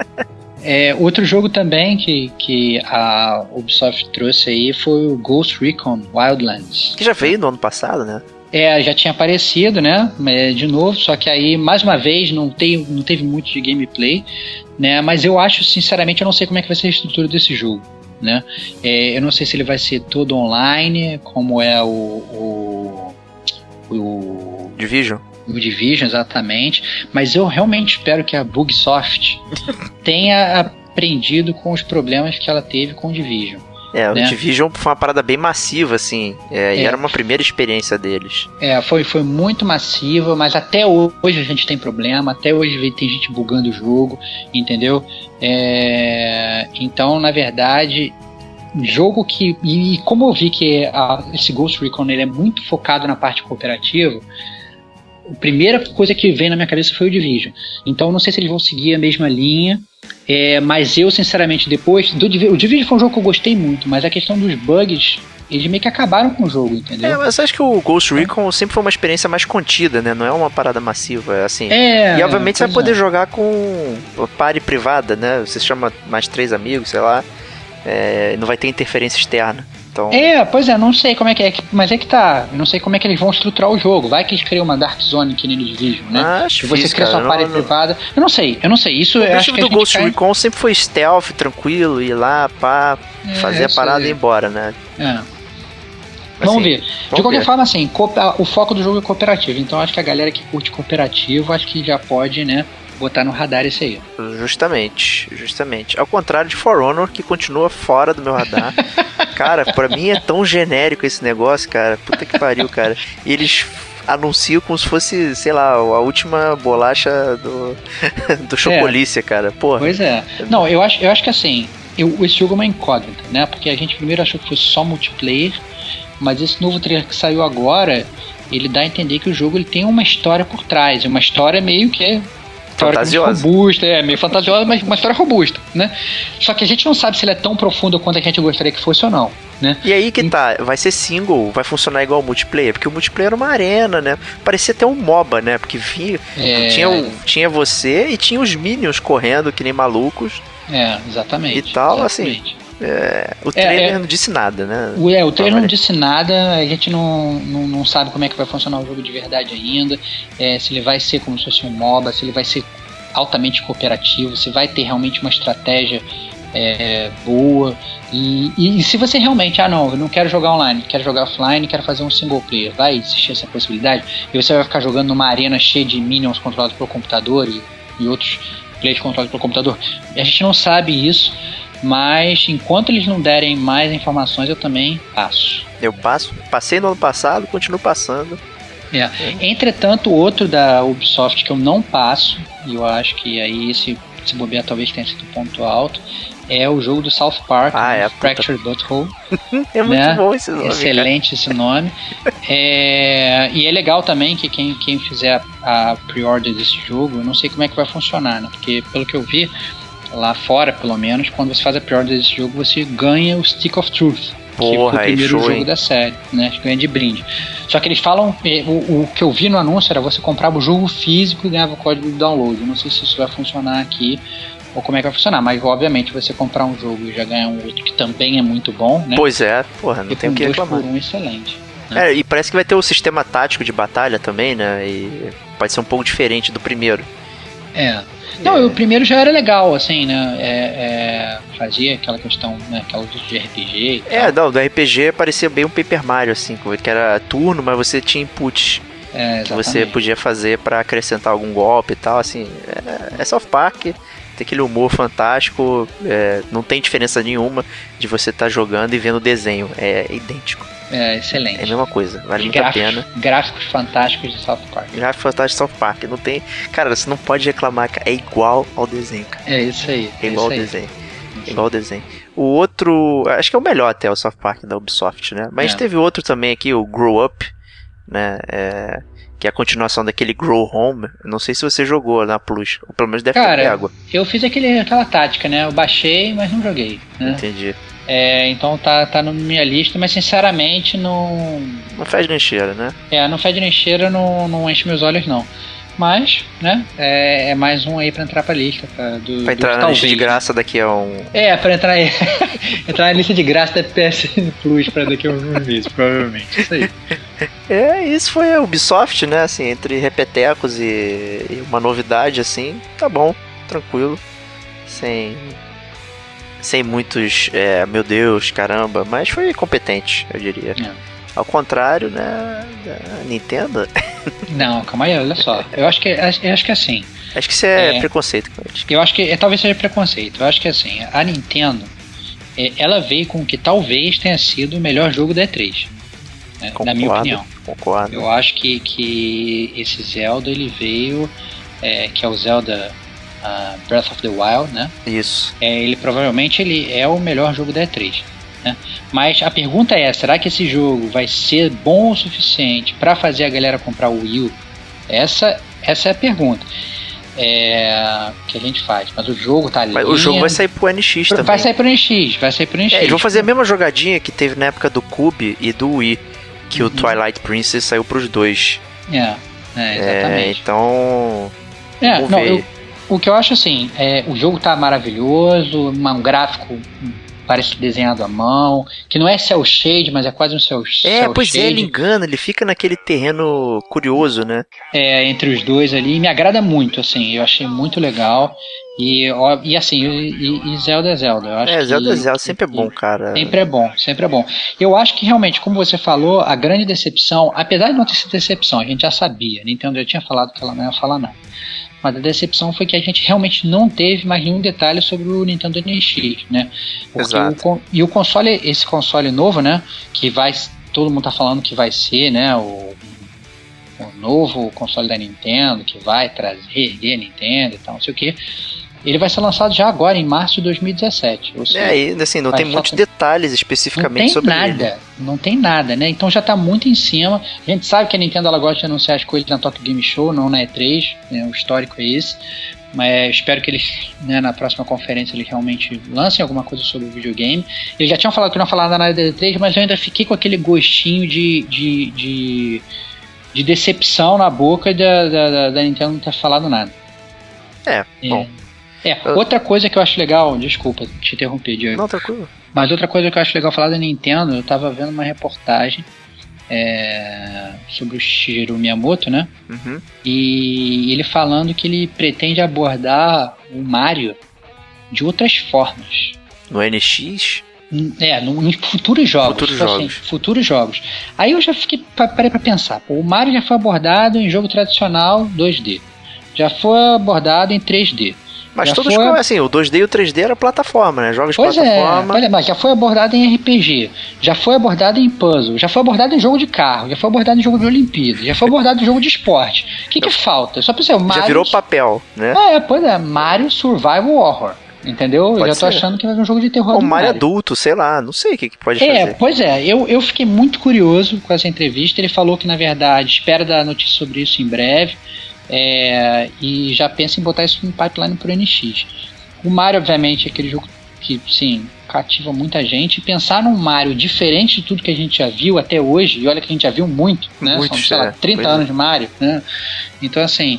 Outro jogo também que a Ubisoft trouxe aí foi o Ghost Recon Wildlands. Que já veio no ano passado, né? Já tinha aparecido, né? De novo, só que aí, mais uma vez, não teve muito de gameplay, né? Mas eu acho, sinceramente, eu não sei como é que vai ser a estrutura desse jogo, né? Eu não sei se ele vai ser todo online, como é o Division. O Division, exatamente. Mas eu realmente espero que a Bugsoft tenha aprendido com os problemas que ela teve com o Division. O Division foi uma parada bem massiva, assim, e era uma primeira experiência deles. Foi muito massiva, mas até hoje a gente tem problema, até hoje tem gente bugando o jogo, entendeu? Então, na verdade, jogo que... E como eu vi que esse Ghost Recon ele é muito focado na parte cooperativa, a primeira coisa que veio na minha cabeça foi o Division. Então, não sei se eles vão seguir a mesma linha, mas eu, sinceramente, depois... O Division foi um jogo que eu gostei muito, mas a questão dos bugs, eles meio que acabaram com o jogo, entendeu? Mas acho que o Ghost Recon sempre foi uma experiência mais contida, né? Não é uma parada massiva, assim. E, obviamente, você vai poder jogar com party privada, né? Você chama mais 3 amigos, sei lá. Não vai ter interferência externa. Então... pois é, não sei como é que é, mas é que tá, eu não sei como é que eles vão estruturar o jogo. Vai que eles criam uma Dark Zone que nem no Division, né? Acho você cria sua parede privada. Eu não sei, isso o eu acho objetivo que do Ghost Recon sempre foi stealth, tranquilo, ir lá, fazer a parada e ir embora, né? Vamos ver. De qualquer forma, assim, o foco do jogo é cooperativo, então acho que a galera que curte cooperativo, acho que já pode, né, botar no radar isso aí. Justamente. Ao contrário de For Honor, que continua fora do meu radar. Cara, pra mim é tão genérico esse negócio, cara. Puta que pariu, cara. E eles anunciam como se fosse, sei lá, a última bolacha do Chocolícia, cara. Porra. Pois é. Não, eu acho que assim, esse jogo é uma incógnita, né? Porque a gente primeiro achou que fosse só multiplayer, mas esse novo trailer que saiu agora, ele dá a entender que o jogo ele tem uma história por trás, uma história meio que fantasiosa. Robusta, meio fantasiosa, mas uma história robusta, né? Só que a gente não sabe se ela é tão profunda quanto a gente gostaria que fosse ou não, né? E aí que tá, vai ser single, vai funcionar igual o multiplayer, porque o multiplayer era uma arena, né? Parecia até um MOBA, né? Porque tinha você e tinha os minions correndo que nem malucos. Exatamente. E tal, exatamente. assim. O trailer não disse nada, né? O trailer não disse nada, a gente não sabe como é que vai funcionar o jogo de verdade ainda, se ele vai ser como se fosse um MOBA, se ele vai ser altamente cooperativo, se vai ter realmente uma estratégia boa, e se você realmente, eu não quero jogar online, quero jogar offline, quero fazer um single player, vai existir essa possibilidade? E você vai ficar jogando numa arena cheia de minions controlados pelo computador e outros players controlados pelo computador? A gente não sabe isso. Mas enquanto eles não derem mais informações, eu também passo. Eu passei no ano passado, continuo passando. Entretanto, outro da Ubisoft que eu não passo, e eu acho que aí se bobear talvez tenha sido ponto alto, é o jogo do South Park, Fractured Butthole. É muito bom esse nome. Excelente, cara. Esse nome. E é legal também que quem fizer a pre-order desse jogo, eu não sei como é que vai funcionar, né? Porque pelo que eu vi, lá fora, pelo menos, quando você faz a pre-order desse jogo, você ganha o Stick of Truth. Porra, que foi o primeiro jogo hein? da série, né? Ganha de brinde. Só que eles falam, o que eu vi no anúncio era você comprava o jogo físico e ganhava o código de download. Eu não sei se isso vai funcionar aqui ou como é que vai funcionar, mas obviamente você comprar um jogo e já ganhar um outro que também é muito bom, né? Pois é, porra, não tem o que reclamar. 2 por 1 excelente. Né? E parece que vai ter o sistema tático de batalha também, né? E pode ser um pouco diferente do primeiro. Não, o primeiro já era legal, assim, né? Fazia aquela questão, né? Aquela uso de RPG e tal. Do RPG parecia bem um Paper Mario, assim, que era turno, mas você tinha inputs que você podia fazer pra acrescentar algum golpe e tal, assim. É South Park, tem aquele humor fantástico, não tem diferença nenhuma de você estar jogando e vendo o desenho, é idêntico. Excelente. É a mesma coisa, vale muito a pena. Gráficos fantásticos de South Park. Gráficos fantásticos de South Park, não tem... Cara, você não pode reclamar, cara, é igual ao desenho, cara. É isso aí. É igual ao desenho. Igual ao desenho. O outro, acho que é o melhor até, o South Park da Ubisoft, né? Mas teve outro também aqui, o Grow Up, né? Que é a continuação daquele Grow Home. Não sei se você jogou na Plus, ou pelo menos deve ter pego. Eu fiz aquela tática, né? Eu baixei, mas não joguei, né? Entendi. Então tá na minha lista, mas sinceramente não... Não fede nem cheira, né? Não fede nem cheira, não enche meus olhos, não. Mas, né, é mais um aí pra entrar pra lista. Pra entrar na lista de graça daqui a um... pra entrar na lista de graça da PS Plus pra daqui a uns meses, provavelmente. Isso aí. Isso foi a Ubisoft, né, assim, entre repetecos e uma novidade, assim, tá bom, tranquilo, sem muitos, meu Deus, caramba, mas foi competente, eu diria. Ao contrário, né, da Nintendo. Não, calma aí, olha só. Eu acho que assim... Acho que isso é preconceito com eles. Eu acho que talvez seja preconceito. Eu acho que assim, a Nintendo, ela veio com o que talvez tenha sido o melhor jogo da E3. Né, na minha opinião. Concordo. Eu acho que esse Zelda, ele veio... que é o Zelda... Breath of the Wild, né? Isso. Ele provavelmente é o melhor jogo da E3, né? Mas a pergunta é, será que esse jogo vai ser bom o suficiente para fazer a galera comprar o Wii U? Essa é a pergunta que a gente faz. Mas o jogo tá ali. Mas o jogo vai sair pro NX também. Vai sair pro NX. Eles vão fazer a mesma jogadinha que teve na época do Cube e do Wii, que o Twilight Princess saiu pros dois. Exatamente. Então... vamos ver. O que eu acho assim, o jogo tá maravilhoso, um gráfico parece desenhado à mão, que não é cel shade, mas é quase um cel shade. Ele engana, ele fica naquele terreno curioso, né? Entre os dois ali, e me agrada muito, assim, eu achei muito legal. E assim, e Zelda é Zelda. Eu acho Zelda sempre é bom, cara. Sempre é bom. Eu acho que realmente, como você falou, a grande decepção, apesar de não ter sido decepção, a gente já sabia, a Nintendo já tinha falado que ela não ia falar nada. Mas a decepção foi que a gente realmente não teve mais nenhum detalhe sobre o Nintendo NX, né? Exato. E o console, esse console novo, né? Que todo mundo tá falando que vai ser, né? novo console da Nintendo, que vai reerguer a Nintendo e tal, não sei o que. Ele vai ser lançado já agora, em março de 2017. Ou seja, e assim, não tem muitos detalhes especificamente sobre ele. Não tem nada, né? Então já tá muito em cima. A gente sabe que a Nintendo ela gosta de anunciar as coisas na Tokyo Game Show, não na E3, né? O histórico é esse. Mas espero que eles, né, na próxima conferência, eles realmente lancem alguma coisa sobre o videogame. Eles já tinham falado que não falaram nada da E3, mas eu ainda fiquei com aquele gostinho de decepção na boca da Nintendo não ter falado nada. Bom. Outra coisa que eu acho legal, desculpa te interromper, Diego. Não, tranquilo. Mas outra coisa que eu acho legal falar da Nintendo, eu tava vendo uma reportagem sobre o Shigeru Miyamoto, né? Uhum. E ele falando que ele pretende abordar o Mario de outras formas. No NX? Em futuros jogos. Futuros jogos. Aí eu já parei pra pensar. O Mario já foi abordado em jogo tradicional 2D. Já foi abordado em 3D. Mas todos assim, o 2D e o 3D era plataforma, né? Jogos de plataforma. Mas já foi abordado em RPG, já foi abordado em puzzle, já foi abordado em jogo de carro, já foi abordado em jogo de Olimpíada, já foi abordado em jogo de esporte. O que falta? Só pra você, o Mario. Já virou papel, né? Mario Survival Horror. Entendeu? Eu já tô achando que vai ser um jogo de terror. O Mario adulto, sei lá, não sei o que pode fazer. Pois é, eu fiquei muito curioso com essa entrevista. Ele falou que, na verdade, espera dar notícia sobre isso em breve. E já pensa em botar isso no pipeline pro NX. O Mario, obviamente, é aquele jogo que, sim, cativa muita gente. E pensar num Mario diferente de tudo que a gente já viu até hoje, e olha que a gente já viu muito, né? São, sei lá, 30 anos de Mario, né? Então, assim,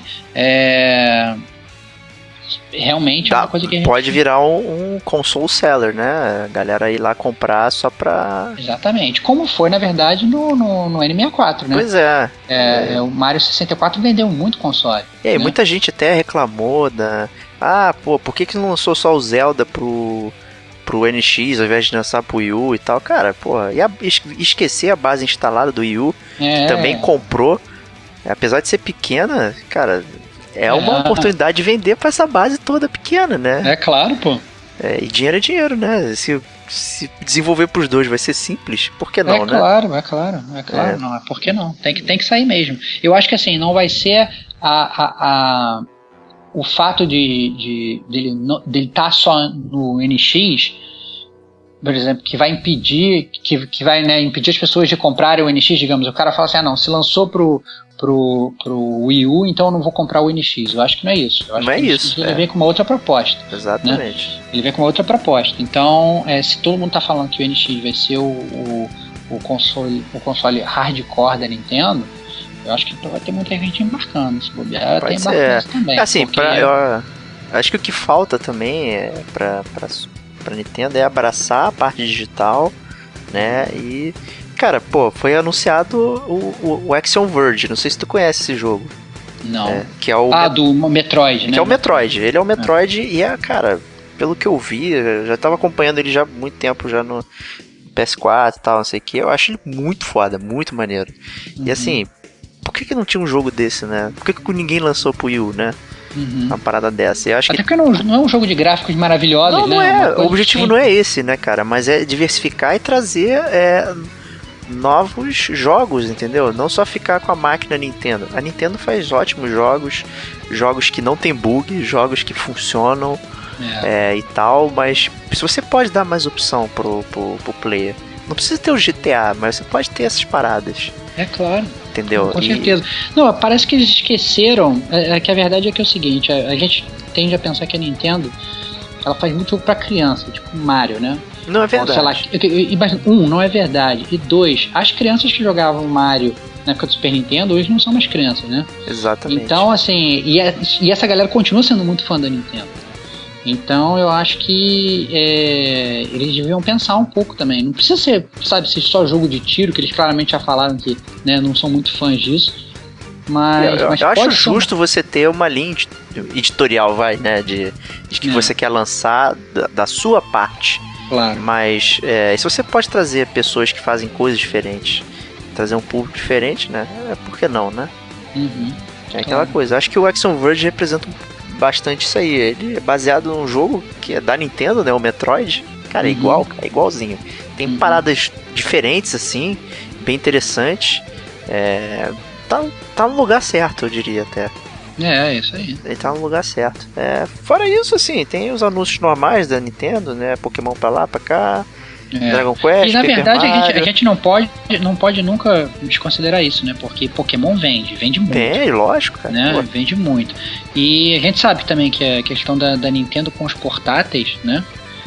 realmente é uma coisa que a gente... Pode virar um console seller, né? A galera ir lá comprar só pra... Exatamente. Como foi, na verdade, no N64, né? Pois é. O Mario 64 vendeu muito console. E aí, né? muita gente até reclamou por que não lançou só o Zelda pro NX ao invés de lançar pro Wii U e tal? Cara, esquecer a base instalada do Wii U, que também comprou, apesar de ser pequena, cara... É uma oportunidade de vender pra essa base toda pequena, né? É claro, pô. E dinheiro é dinheiro, né? Se desenvolver pros dois vai ser simples, por que não, né? É claro. Não, por que não? Tem que sair mesmo. Eu acho que assim, não vai ser o fato dele estar só no NX, por exemplo, que vai impedir que vai, né, impedir as pessoas de comprarem o NX, digamos. O cara fala assim, não, se lançou pro Wii U, então eu não vou comprar o NX. Eu acho que não é isso. Eu acho não é isso. Ele vem com uma outra proposta. Exatamente. Né? Ele vem com uma outra proposta. Então, se todo mundo tá falando que o NX vai ser o console hardcore da Nintendo, eu acho que vai ter muita gente embarcando. Se bobear, tem embarcando também. Assim, eu acho que o que falta também pra Nintendo é abraçar a parte digital, né? E... Cara, foi anunciado o Axiom Verge. Não sei se tu conhece esse jogo. Não. Que é o do Metroid, né? Que é o Metroid. Ele é o Metroid e cara, pelo que eu vi, eu já tava acompanhando ele já há muito tempo, já no PS4 e tal, não sei o que. Eu acho ele muito foda, muito maneiro. E assim, por que não tinha um jogo desse, né? Por que ninguém lançou pro Wii U, né? Uma parada dessa. Eu acho Até porque não é um jogo de gráficos maravilhosos, não né? É. O objetivo não é esse, né, cara? Mas é diversificar e trazer... novos jogos, entendeu? Não só ficar com a máquina Nintendo. A Nintendo faz ótimos jogos que não tem bug, jogos que funcionam e tal, mas se você pode dar mais opção pro player, não precisa ter o GTA, mas você pode ter essas paradas. É claro. Entendeu? Com certeza. Não, parece que eles esqueceram, que a verdade é que é o seguinte, a gente tende a pensar que a Nintendo, ela faz muito jogo pra criança, tipo Mario, né? Não é verdade. Não é verdade. E 2, as crianças que jogavam Mario na época do Super Nintendo, hoje não são mais crianças, né? Exatamente. Então, assim, e essa galera continua sendo muito fã da Nintendo. Então, eu acho que eles deviam pensar um pouco também. Não precisa ser, ser só jogo de tiro, que eles claramente já falaram que, né, não são muito fãs disso. Mas eu acho justo você ter uma linha editorial, né? De que você quer lançar da sua parte. Claro. Mas se você pode trazer pessoas que fazem coisas diferentes, trazer um público diferente, né? Por que não, né? É aquela coisa. Acho que o Axiom Verge representa bastante isso aí. Ele é baseado num jogo que é da Nintendo, né? O Metroid. Cara, é igualzinho. Tem paradas diferentes, assim, bem interessantes. tá no lugar certo, eu diria até. É isso aí. Ele tá no lugar certo. Fora isso, assim, tem os anúncios normais da Nintendo, né? Pokémon pra lá, pra cá, Dragon Quest, e na Paper verdade Mario. a gente não pode nunca desconsiderar isso, né? Porque Pokémon vende muito. Tem, lógico, cara. Né? Pô. Vende muito. E a gente sabe também que a questão da Nintendo com os portáteis, né?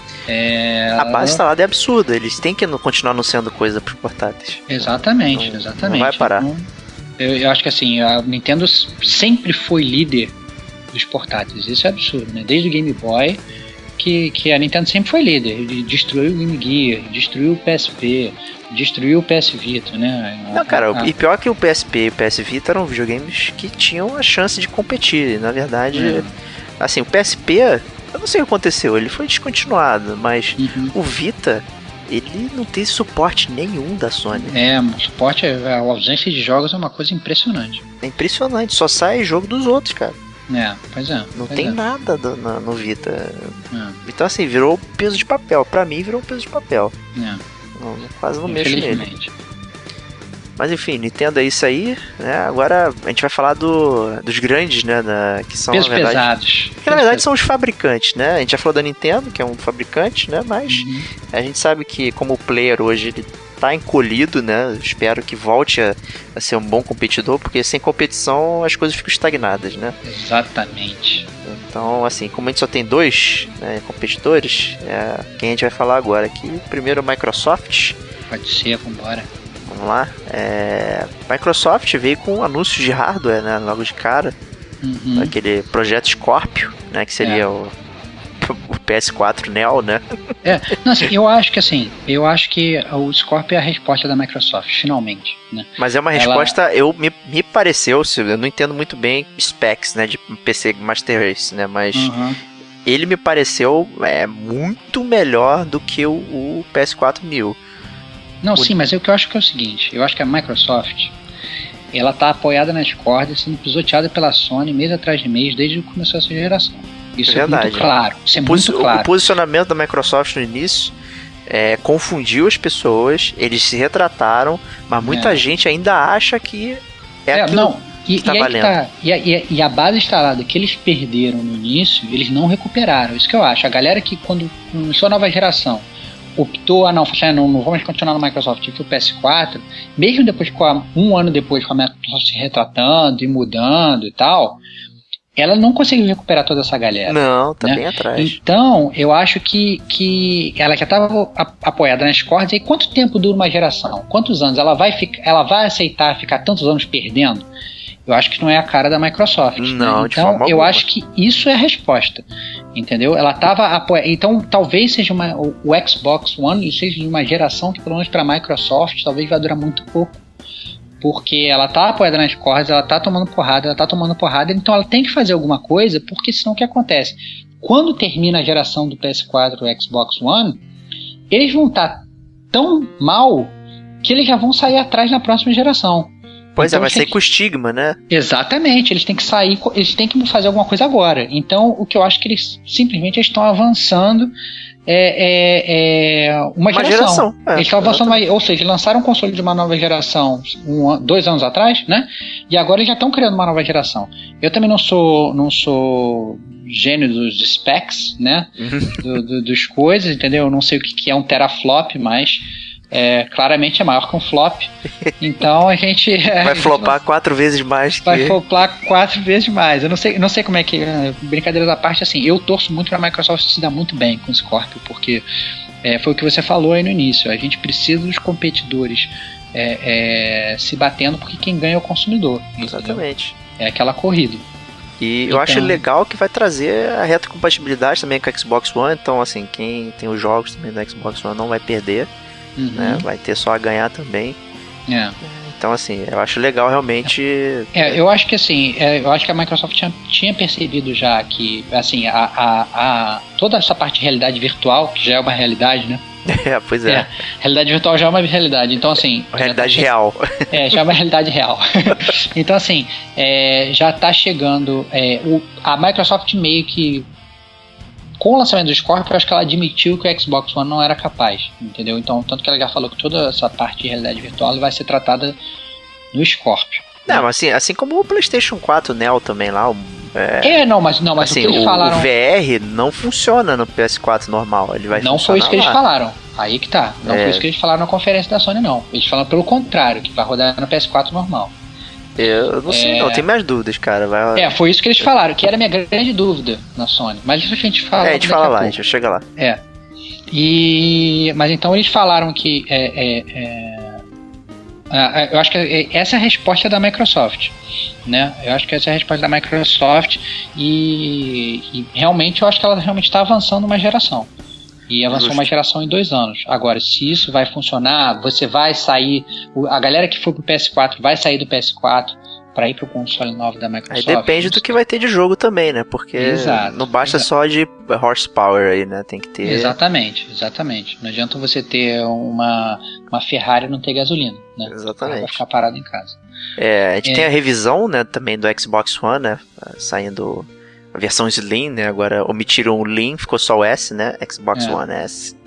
A base instalada é absurda, eles têm que continuar anunciando coisa pros portáteis. Exatamente. Não vai parar. Então, eu acho que assim, a Nintendo sempre foi líder dos portáteis. Isso é absurdo, né? Desde o Game Boy, que a Nintendo sempre foi líder. Ele destruiu o Game Gear, destruiu o PSP, destruiu o PS Vita, né? Não, cara, e pior que o PSP e o PS Vita eram videogames que tinham a chance de competir. Na verdade, assim, o PSP, eu não sei o que aconteceu, ele foi descontinuado, mas o Vita, ele não tem suporte nenhum da Sony. O suporte, a ausência de jogos é uma coisa impressionante. É impressionante, só sai jogo dos outros, cara. Pois é. Não tem nada no Vita. Então, assim, virou peso de papel. Pra mim, virou peso de papel. Quase não mexo nele. Mas enfim, Nintendo é isso aí, né? Agora a gente vai falar dos grandes, né? Que são, pesos na verdade, pesados. Que na verdade são os fabricantes, né? A gente já falou da Nintendo, que é um fabricante, né? Mas a gente sabe que como player hoje ele tá encolhido, né? Espero que volte a ser um bom competidor, porque sem competição as coisas ficam estagnadas, né? Exatamente. Então, assim, como a gente só tem dois, né, competidores, quem a gente vai falar agora aqui? Primeiro, a Microsoft. Pode ser, vambora. Vamos lá. Microsoft veio com anúncios de hardware, né? Logo de cara. Aquele projeto Scorpio, né? Que seria o PS4 Neo, né? Não, assim, eu acho que o Scorpio é a resposta da Microsoft, finalmente, né? Mas é uma resposta, me pareceu, eu não entendo muito bem specs, né? De PC Master Race, né? Mas ele me pareceu muito melhor do que o PS4 Neo. Não, sim, mas o que eu acho que é o seguinte, eu acho que a Microsoft, ela tá apoiada nas cordas, sendo pisoteada pela Sony mês atrás de mês, desde que começou essa geração. Isso é muito claro. O posicionamento da Microsoft no início confundiu as pessoas, eles se retrataram, mas muita gente ainda acha que aquilo que tá valendo. E a base instalada que eles perderam no início, eles não recuperaram. Isso que eu acho. A galera que quando começou a nova geração optou não vamos continuar no Microsoft, que o PS4, mesmo depois um ano depois com a Microsoft se retratando e mudando e tal, ela não conseguiu recuperar toda essa galera. Não, tá bem atrás. Então, eu acho que ela já estava apoiada nas cordas. E quanto tempo dura uma geração? Quantos anos? Ela vai aceitar ficar tantos anos perdendo? Eu acho que não é a cara da Microsoft. Não, né? de forma Então, eu alguma. acho que isso é a resposta. Entendeu? Ela estava apoiada. Então, talvez seja o Xbox One seja de uma geração que, pelo menos para a Microsoft, talvez vai durar muito pouco. Porque ela tá apoiada nas cordas, ela tá tomando porrada, então ela tem que fazer alguma coisa, porque senão o que acontece? Quando termina a geração do PS4 e Xbox One, eles vão estar tão mal que eles já vão sair atrás na próxima geração. Pois então, vai sair com o estigma, né? Exatamente, eles têm que sair, eles têm que fazer alguma coisa agora. Então, o que eu acho que eles simplesmente estão avançando uma geração. Eles estão avançando, ou seja, lançaram um console de uma nova geração 2 anos atrás, né? E agora eles já estão criando uma nova geração. Eu também não sou gênio dos specs, né? Dos coisas, entendeu? Eu não sei o que é um teraflop, mas claramente é maior que um flop. Então a gente vai flopar 4 vezes mais. Vai flopar 4 vezes mais. Eu não sei como é que. Brincadeiras à parte, assim, eu torço muito pra Microsoft se dar muito bem com o Scorpio, porque foi o que você falou aí no início. A gente precisa dos competidores se batendo, porque quem ganha é o consumidor. Exatamente. Entendeu? É aquela corrida. E eu acho legal que vai trazer a retrocompatibilidade também com o Xbox One. Então, assim, quem tem os jogos também do Xbox One não vai perder. Né? Vai ter só a ganhar também. Então, assim, eu acho legal realmente. Eu acho que assim, eu acho que a Microsoft tinha percebido já que, assim, toda essa parte de realidade virtual, que já é uma realidade, né? Pois é. Realidade virtual já é uma realidade. Então, assim. Realidade real. Já é uma realidade real. Então, assim, já tá chegando. A Microsoft meio que. Com o lançamento do Scorpio, eu acho que ela admitiu que o Xbox One não era capaz, entendeu? Então, tanto que ela já falou que toda essa parte de realidade virtual vai ser tratada no Scorpio. Não, mas assim como o PlayStation 4 Neo também lá, mas assim, o que eles falaram... o VR não funciona no PS4 normal, ele vai Não foi isso que lá. eles falaram. Aí que tá. Não foi isso que eles falaram na conferência da Sony, não. Eles falaram pelo contrário, que vai rodar no PS4 normal. Eu não sei, não, tem minhas dúvidas, cara. Foi isso que eles falaram, que era a minha grande dúvida na Sony. Mas isso a gente fala. A gente fala lá, a gente chega lá. Mas então eles falaram que eu acho que essa é a resposta da Microsoft, né? Eu acho que essa é a resposta da Microsoft e realmente eu acho que ela realmente está avançando uma geração. E avançou uma geração em 2 anos. Agora, se isso vai funcionar, você vai sair... A galera que for pro PS4 vai sair do PS4 para ir pro console novo da Microsoft. Aí depende do que vai ter de jogo também, né? Porque não basta só de horsepower aí, né? Tem que ter... Exatamente. Não adianta você ter uma Ferrari e não ter gasolina, né? Exatamente. Vai ficar parado em casa. A gente tem a revisão, né? Também do Xbox One, né? Saindo... A versão Slim, né? Agora omitiram o Lean, ficou só o S, né? Xbox One S.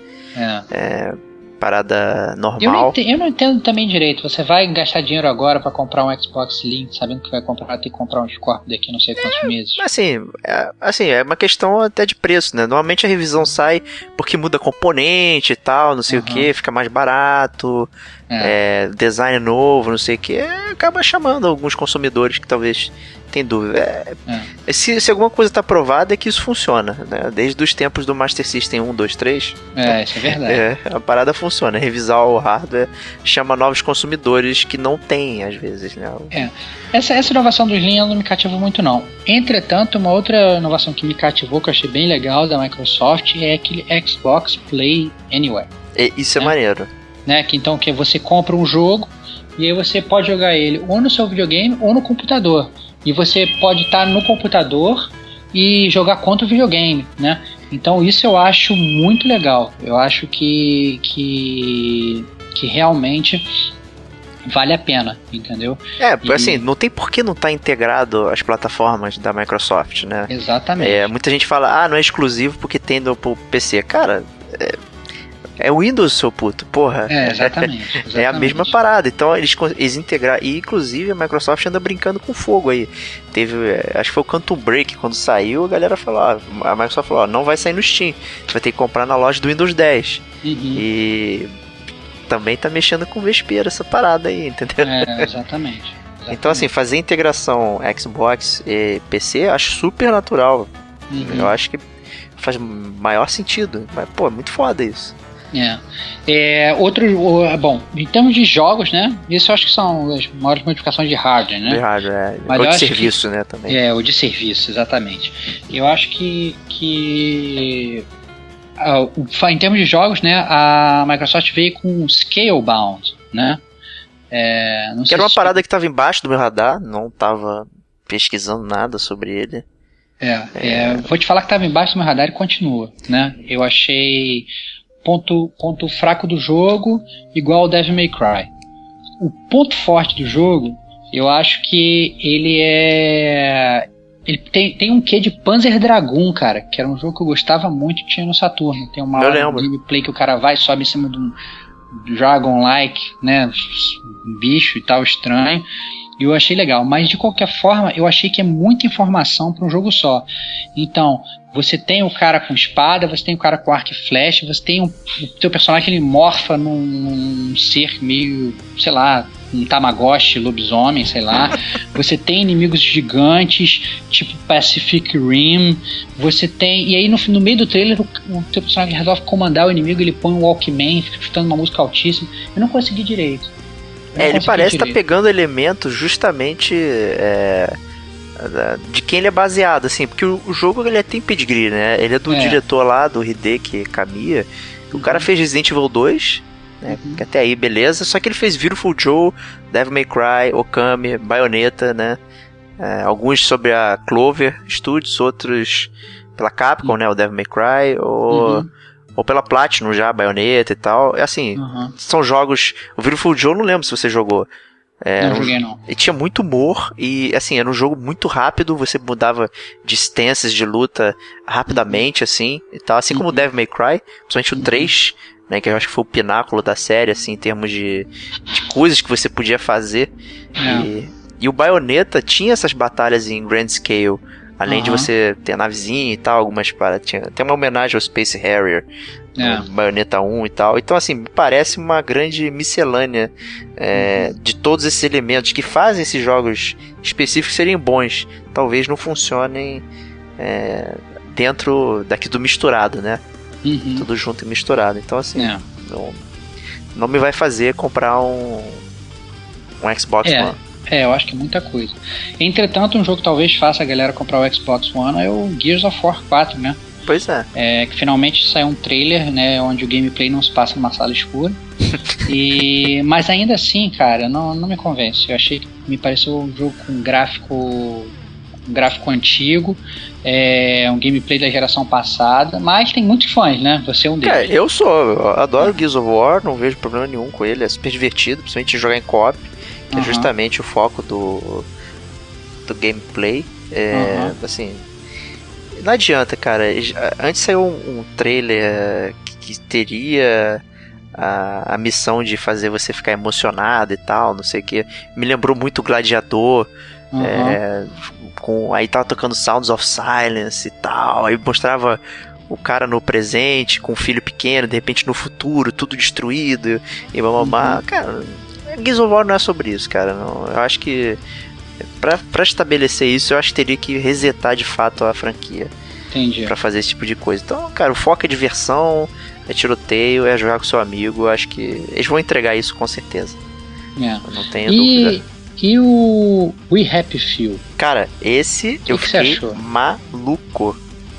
Parada normal. Eu não entendo também direito. Você vai gastar dinheiro agora pra comprar um Xbox Slim, sabendo que vai ter que comprar um Scorpio daqui não sei quantos meses. Assim, é uma questão até de preço, né? Normalmente a revisão sai porque muda componente e tal, não sei o que, fica mais barato, design novo, não sei o que, acaba chamando alguns consumidores que talvez tem dúvida. Se alguma coisa tá provada é que isso funciona, né? Desde os tempos do Master System 1, 2, 3. Isso é verdade. A parada funciona. Revisar o hardware chama novos consumidores que não tem, às vezes, né? Essa inovação do Slim não me cativou muito, não. Entretanto, uma outra inovação que me cativou, que eu achei bem legal da Microsoft, é aquele Xbox Play Anywhere. Isso é maneiro. Né? Que você compra um jogo e aí você pode jogar ele ou no seu videogame ou no computador. E você pode estar no computador e jogar contra o videogame, né? Então isso eu acho muito legal. Eu acho que realmente vale a pena, entendeu? Assim, não tem por que não estar integrado às plataformas da Microsoft, né? Exatamente. Muita gente fala, não é exclusivo porque tem no PC. Cara, é o Windows, seu puto, porra. Exatamente. É a mesma parada. Então eles integraram. E inclusive a Microsoft anda brincando com fogo aí. Teve, acho que foi o Quantum Break, quando saiu, a galera falou, a Microsoft falou, não vai sair no Steam. Você vai ter que comprar na loja do Windows 10. E também tá mexendo com vespeiro essa parada aí, entendeu? Exatamente. Então assim, fazer integração Xbox e PC, acho super natural. Eu acho que faz maior sentido. Mas, é muito foda isso. Bom, em termos de jogos, né? Isso eu acho que são as maiores modificações de hardware, né? De hardware, Mas ou de serviço, né? Também. Ou de serviço, exatamente. Eu acho que em termos de jogos, né? A Microsoft veio com Scalebound, né? Que era uma parada que estava embaixo do meu radar, não estava pesquisando nada sobre ele. Vou te falar que estava embaixo do meu radar e continua, né? Eu achei ponto fraco do jogo igual ao Devil May Cry. O ponto forte do jogo, eu acho que ele tem um quê de Panzer Dragoon, cara, que era um jogo que eu gostava muito, tinha no Saturno. Tem uma gameplay que o cara vai e sobe em cima de um Dragon-like, né, um bicho e tal, estranho. E eu achei legal, mas de qualquer forma eu achei que é muita informação para um jogo só. Então, você tem o cara com espada, você tem o cara com arco e flecha, você tem o teu personagem, ele morfa num ser meio, sei lá, um Tamagotchi, lobisomem, sei lá. Você tem inimigos gigantes, tipo Pacific Rim. Você tem... E aí no meio do trailer o teu personagem resolve comandar o inimigo, ele põe um Walkman, fica escutando uma música altíssima. Eu não consegui direito. Ele parece estar pegando elementos justamente de quem ele é baseado, assim, porque o jogo ele tem pedigree, né? Ele é do diretor lá, do Hideki Kamiya. O cara fez Resident Evil 2, né? Que até aí, beleza. Só que ele fez Beautiful Joe, Devil May Cry, Okami, Bayonetta, né? Alguns sobre a Clover Studios, outros pela Capcom, né? O Devil May Cry, ou pela Platinum já, Bayonetta e tal. Assim, são jogos... O Beautiful Joe, não lembro se você jogou. Não joguei, não. E tinha muito humor e, assim, era um jogo muito rápido, você mudava de stances de luta rapidamente, assim, e tal. Assim como o Devil May Cry, principalmente o 3, né, que eu acho que foi o pináculo da série, assim, em termos de coisas que você podia fazer. E o Bayonetta tinha essas batalhas em grand scale. Além de você ter a navezinha e tal, algumas paradas. Tem uma homenagem ao Space Harrier, no Bayonetta 1 e tal. Então, assim, me parece uma grande miscelânea de todos esses elementos que fazem esses jogos específicos serem bons. Talvez não funcionem dentro daqui do misturado, né? Tudo junto e misturado. Então, assim, não me vai fazer comprar um Xbox One. Eu acho que é muita coisa. Entretanto, um jogo que talvez faça a galera comprar o Xbox One é o Gears of War 4, né? Pois é. Que finalmente saiu um trailer, né, onde o gameplay não se passa numa sala escura. Mas ainda assim, cara, não me convence. Eu achei que me pareceu um jogo com gráfico antigo, um gameplay da geração passada, mas tem muitos fãs, né? Você é um deles. Eu adoro Gears of War, não vejo problema nenhum com ele, é super divertido, principalmente jogar em co-op. Que é justamente o foco do gameplay. Assim, não adianta, cara. Antes saiu um trailer que teria a missão de fazer você ficar emocionado e tal, não sei o que. Me lembrou muito o Gladiador. Aí tava tocando Sounds of Silence e tal. Aí mostrava o cara no presente com um filho pequeno, de repente no futuro, tudo destruído e blá. Cara, Gears of War não é sobre isso, cara. Não, eu acho que pra estabelecer isso, eu acho que teria que resetar de fato a franquia. Entendi. Pra fazer esse tipo de coisa. Então, cara, o foco é diversão, é tiroteio, é jogar com seu amigo. Eu acho que eles vão entregar isso com certeza. Eu não tenho dúvida. E o We Happy Few? Cara, esse eu fiquei maluco.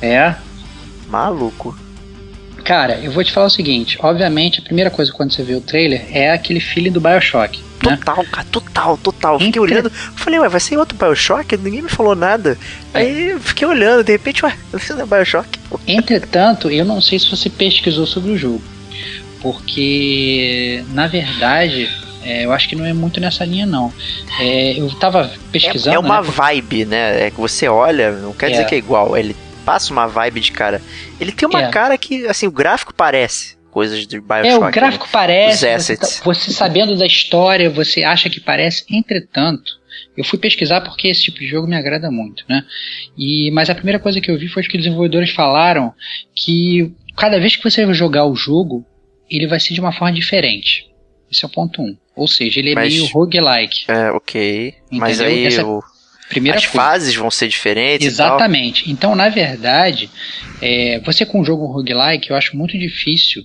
Maluco. Cara, eu vou te falar o seguinte, obviamente a primeira coisa quando você vê o trailer é aquele feeling do BioShock. Total, cara, total. Fiquei olhando, falei, vai ser outro BioShock? Ninguém me falou nada. Aí eu fiquei olhando, de repente, você não é BioShock? Entretanto, eu não sei se você pesquisou sobre o jogo, porque, na verdade, eu acho que não é muito nessa linha, não. Eu tava pesquisando... É uma vibe, né? É que você olha, não quer dizer que é igual, ele passa uma vibe de cara. Ele tem uma cara que, assim, o gráfico parece coisas de BioShock. O gráfico parece, você sabendo da história, você acha que parece. Entretanto, eu fui pesquisar porque esse tipo de jogo me agrada muito, né? Mas a primeira coisa que eu vi foi que os desenvolvedores falaram que cada vez que você vai jogar o jogo, ele vai ser de uma forma diferente. Esse é o ponto 1. Ou seja, ele é meio roguelike. Ok. Entendeu? Mas aí as fases vão ser diferentes. Exatamente. Então, na verdade, você com um jogo roguelike, eu acho muito difícil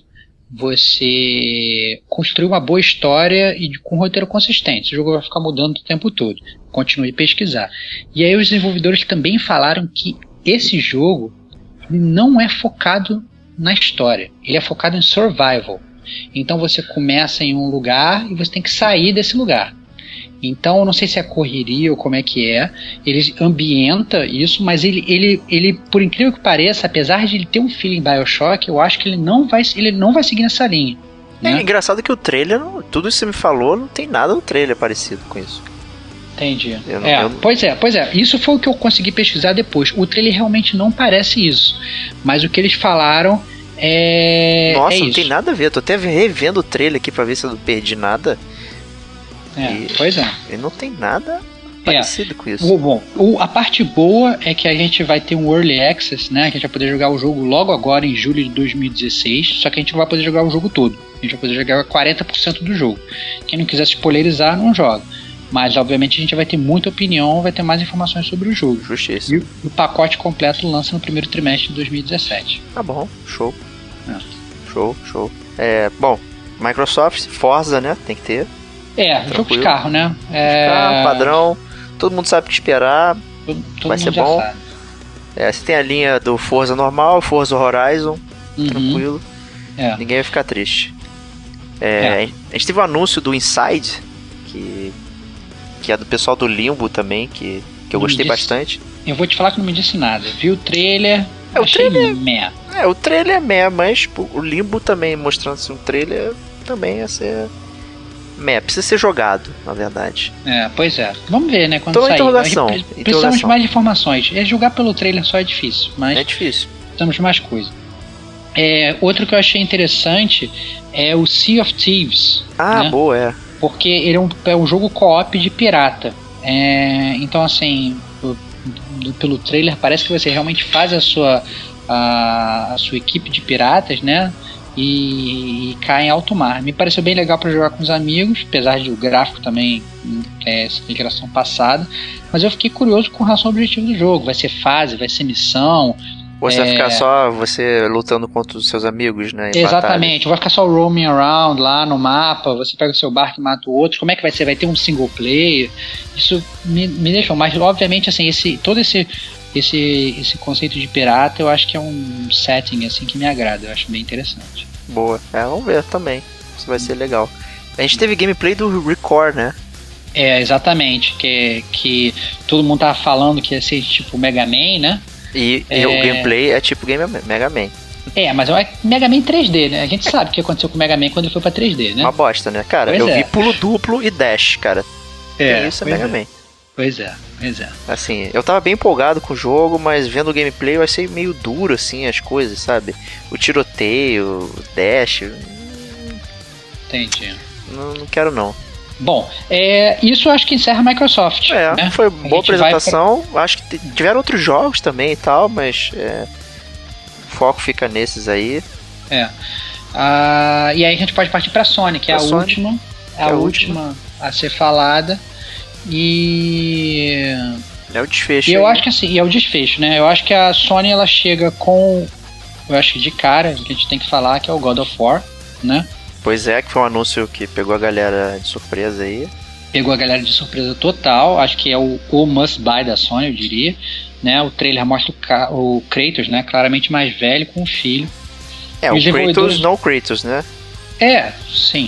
você construir uma boa história e com um roteiro consistente. O jogo vai ficar mudando o tempo todo. Continue a pesquisar. E aí os desenvolvedores também falaram que esse jogo não é focado na história. Ele é focado em survival. Então você começa em um lugar e você tem que sair desse lugar. Então eu não sei se é correria ou como é que é. Ele ambienta isso, mas ele por incrível que pareça, apesar de ele ter um feeling BioShock, eu acho que ele não vai seguir nessa linha. É engraçado que o trailer, tudo isso que você me falou, não tem nada no trailer parecido com isso. Entendi. Pois é. Isso foi o que eu consegui pesquisar depois. O trailer realmente não parece isso. Mas o que eles falaram Nossa, não isso. tem nada a ver. Eu tô até revendo o trailer aqui pra ver se eu não perdi nada. Pois é. E não tem nada parecido com isso. Bom, a parte boa é que a gente vai ter um Early Access, né? Que a gente vai poder jogar o jogo logo agora, em julho de 2016. Só que a gente não vai poder jogar o jogo todo. A gente vai poder jogar 40% do jogo. Quem não quiser se spoilerizar, não joga. Mas, obviamente, a gente vai ter muita opinião, vai ter mais informações sobre o jogo. Justiça. E o pacote completo lança no primeiro trimestre de 2017. Tá bom, show. Show. Bom, Microsoft, Forza, né? Tem que ter. Jogo de carro, né? Carro, padrão, todo mundo sabe o que esperar. Todo vai ser bom. Sabe. Você tem a linha do Forza normal, Forza Horizon, tranquilo. Ninguém vai ficar triste. A gente teve um anúncio do Inside, que é do pessoal do Limbo também, que eu gostei bastante. Eu vou te falar que não me disse nada. Vi o trailer, o trailer é meh, mas o Limbo também mostrando assim, um trailer também ia ser meh, precisa ser jogado, na verdade. Pois é. Vamos ver, né, quando então, sair. Interrogação. Precisamos de mais informações. Jogar pelo trailer só é difícil, mas é difícil. Precisamos de mais coisa. Outro que eu achei interessante é o Sea of Thieves. Boa, Porque ele é um jogo co-op de pirata. Então, assim, pelo trailer parece que você realmente faz a sua equipe de piratas, né? E cai em alto mar. Me pareceu bem legal para jogar com os amigos, apesar de o gráfico também de geração passada. Mas eu fiquei curioso com relação ao objetivo do jogo. Vai ser fase, vai ser missão. Ou você vai ficar só você lutando contra os seus amigos, né? Exatamente, vai ficar só roaming around lá no mapa, você pega o seu barco e mata o outro. Como é que vai ser? Vai ter um single player? Isso me deixou mais. Obviamente, assim, todo esse conceito de pirata, eu acho que é um setting assim que me agrada, eu acho bem interessante. Boa, vamos ver também. Isso vai ser legal. A gente teve gameplay do Record, né? Exatamente, que todo mundo tava falando que ia ser tipo Mega Man, né? E o gameplay é tipo Mega Man. Mas é Mega Man 3D, né? A gente sabe o que aconteceu com o Mega Man quando ele foi pra 3D, né? Uma bosta, né? Cara, eu vi pulo duplo e dash, cara. Isso é Mega Man. Pois é. Assim, eu tava bem empolgado com o jogo, mas vendo o gameplay eu achei meio duro, assim, as coisas, sabe? O tiroteio, o dash. Entendi. Não quero, não. Bom, isso eu acho que encerra a Microsoft. Né? Foi uma boa apresentação. Acho que tiveram outros jogos também e tal, mas o foco fica nesses aí. E aí a gente pode partir pra Sony, que é a última. A última a ser falada. E é o desfecho. E eu acho que assim, é o desfecho, né? Eu acho que a Sony ela chega com, eu acho que de cara, que a gente tem que falar que é o God of War, né? Pois é, que foi um anúncio que pegou a galera de surpresa aí. Pegou a galera de surpresa total, acho que é o must buy da Sony, eu diria, né? O trailer mostra o Kratos, né? Claramente mais velho com um filho. O Kratos não o Kratos, né? Sim.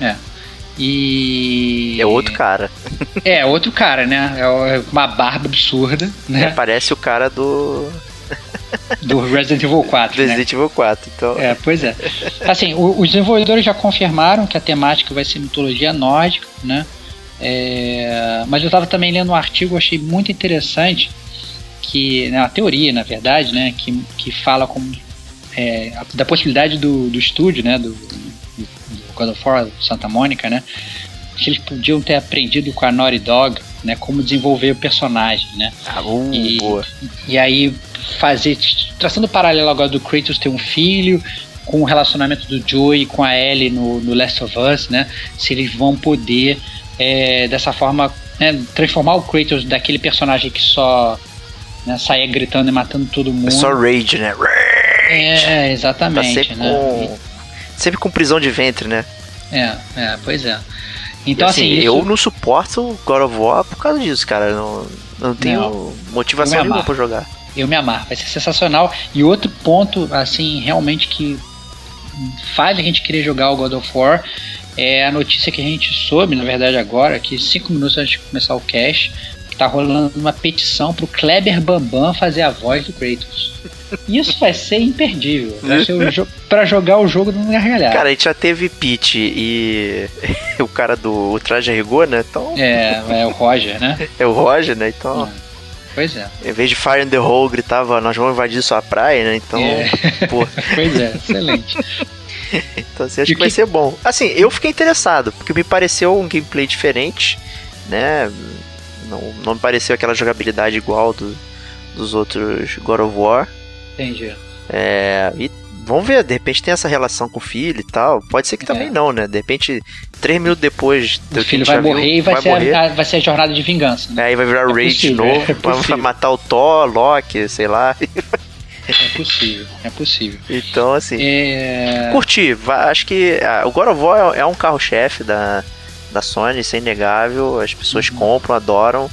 E é outro cara. Outro cara, né? É uma barba absurda, né? Parece o cara do Resident Evil 4, né? Resident Evil 4, então. Pois é. Assim, os desenvolvedores já confirmaram que a temática vai ser mitologia nórdica, né? Mas eu estava também lendo um artigo, achei muito interessante, que, né, uma teoria, na verdade, né? Que fala da possibilidade do estúdio, né? Do God of War, Santa Mônica, né? Que eles podiam ter aprendido com a Naughty Dog, né? Como desenvolver o personagem, né? Boa. E aí traçando o paralelo agora do Kratos ter um filho, com o relacionamento do Joey com a Ellie no Last of Us, né? Se eles vão poder dessa forma, né, transformar o Kratos daquele personagem que só, né, saía gritando e matando todo mundo. Só rage, né? Rage. Exatamente, tá né? Sempre com prisão de ventre, né? Pois é. Então, assim, eu não suporto God of War por causa disso, cara. Não tenho motivação nenhuma pra jogar. Eu me amarro, vai ser sensacional. E outro ponto, assim, realmente que faz a gente querer jogar o God of War é a notícia que a gente soube, na verdade, agora, que 5 minutos antes de começar o cast, tá rolando uma petição pro Kleber Bambam fazer a voz do Kratos. Isso vai ser imperdível. Vai ser pra jogar o jogo no gargalhado. Cara, a gente já teve Pete e o cara do Traje a Rigor, né? Então... É o Roger, né? É o Roger, né? Então... Pois é. Em vez de Fire in the Hole, gritava, nós vamos invadir sua praia, né? Então... Pô. Pois é, excelente. Então, assim, acho que vai ser bom. Assim, eu fiquei interessado, porque me pareceu um gameplay diferente, né? Não me pareceu aquela jogabilidade igual dos outros God of War. Entendi. E vamos ver, de repente tem essa relação com o filho e tal. Pode ser que também não, né? De repente, 3 minutos depois... O filho vai morrer e vai ser a jornada de vingança. Né? Aí vai virar Rage de novo, vai matar o Thor, Loki, sei lá. É possível. Então, assim, curti. Acho que o God of War é um carro-chefe da Sony, isso é inegável. As pessoas compram, adoram.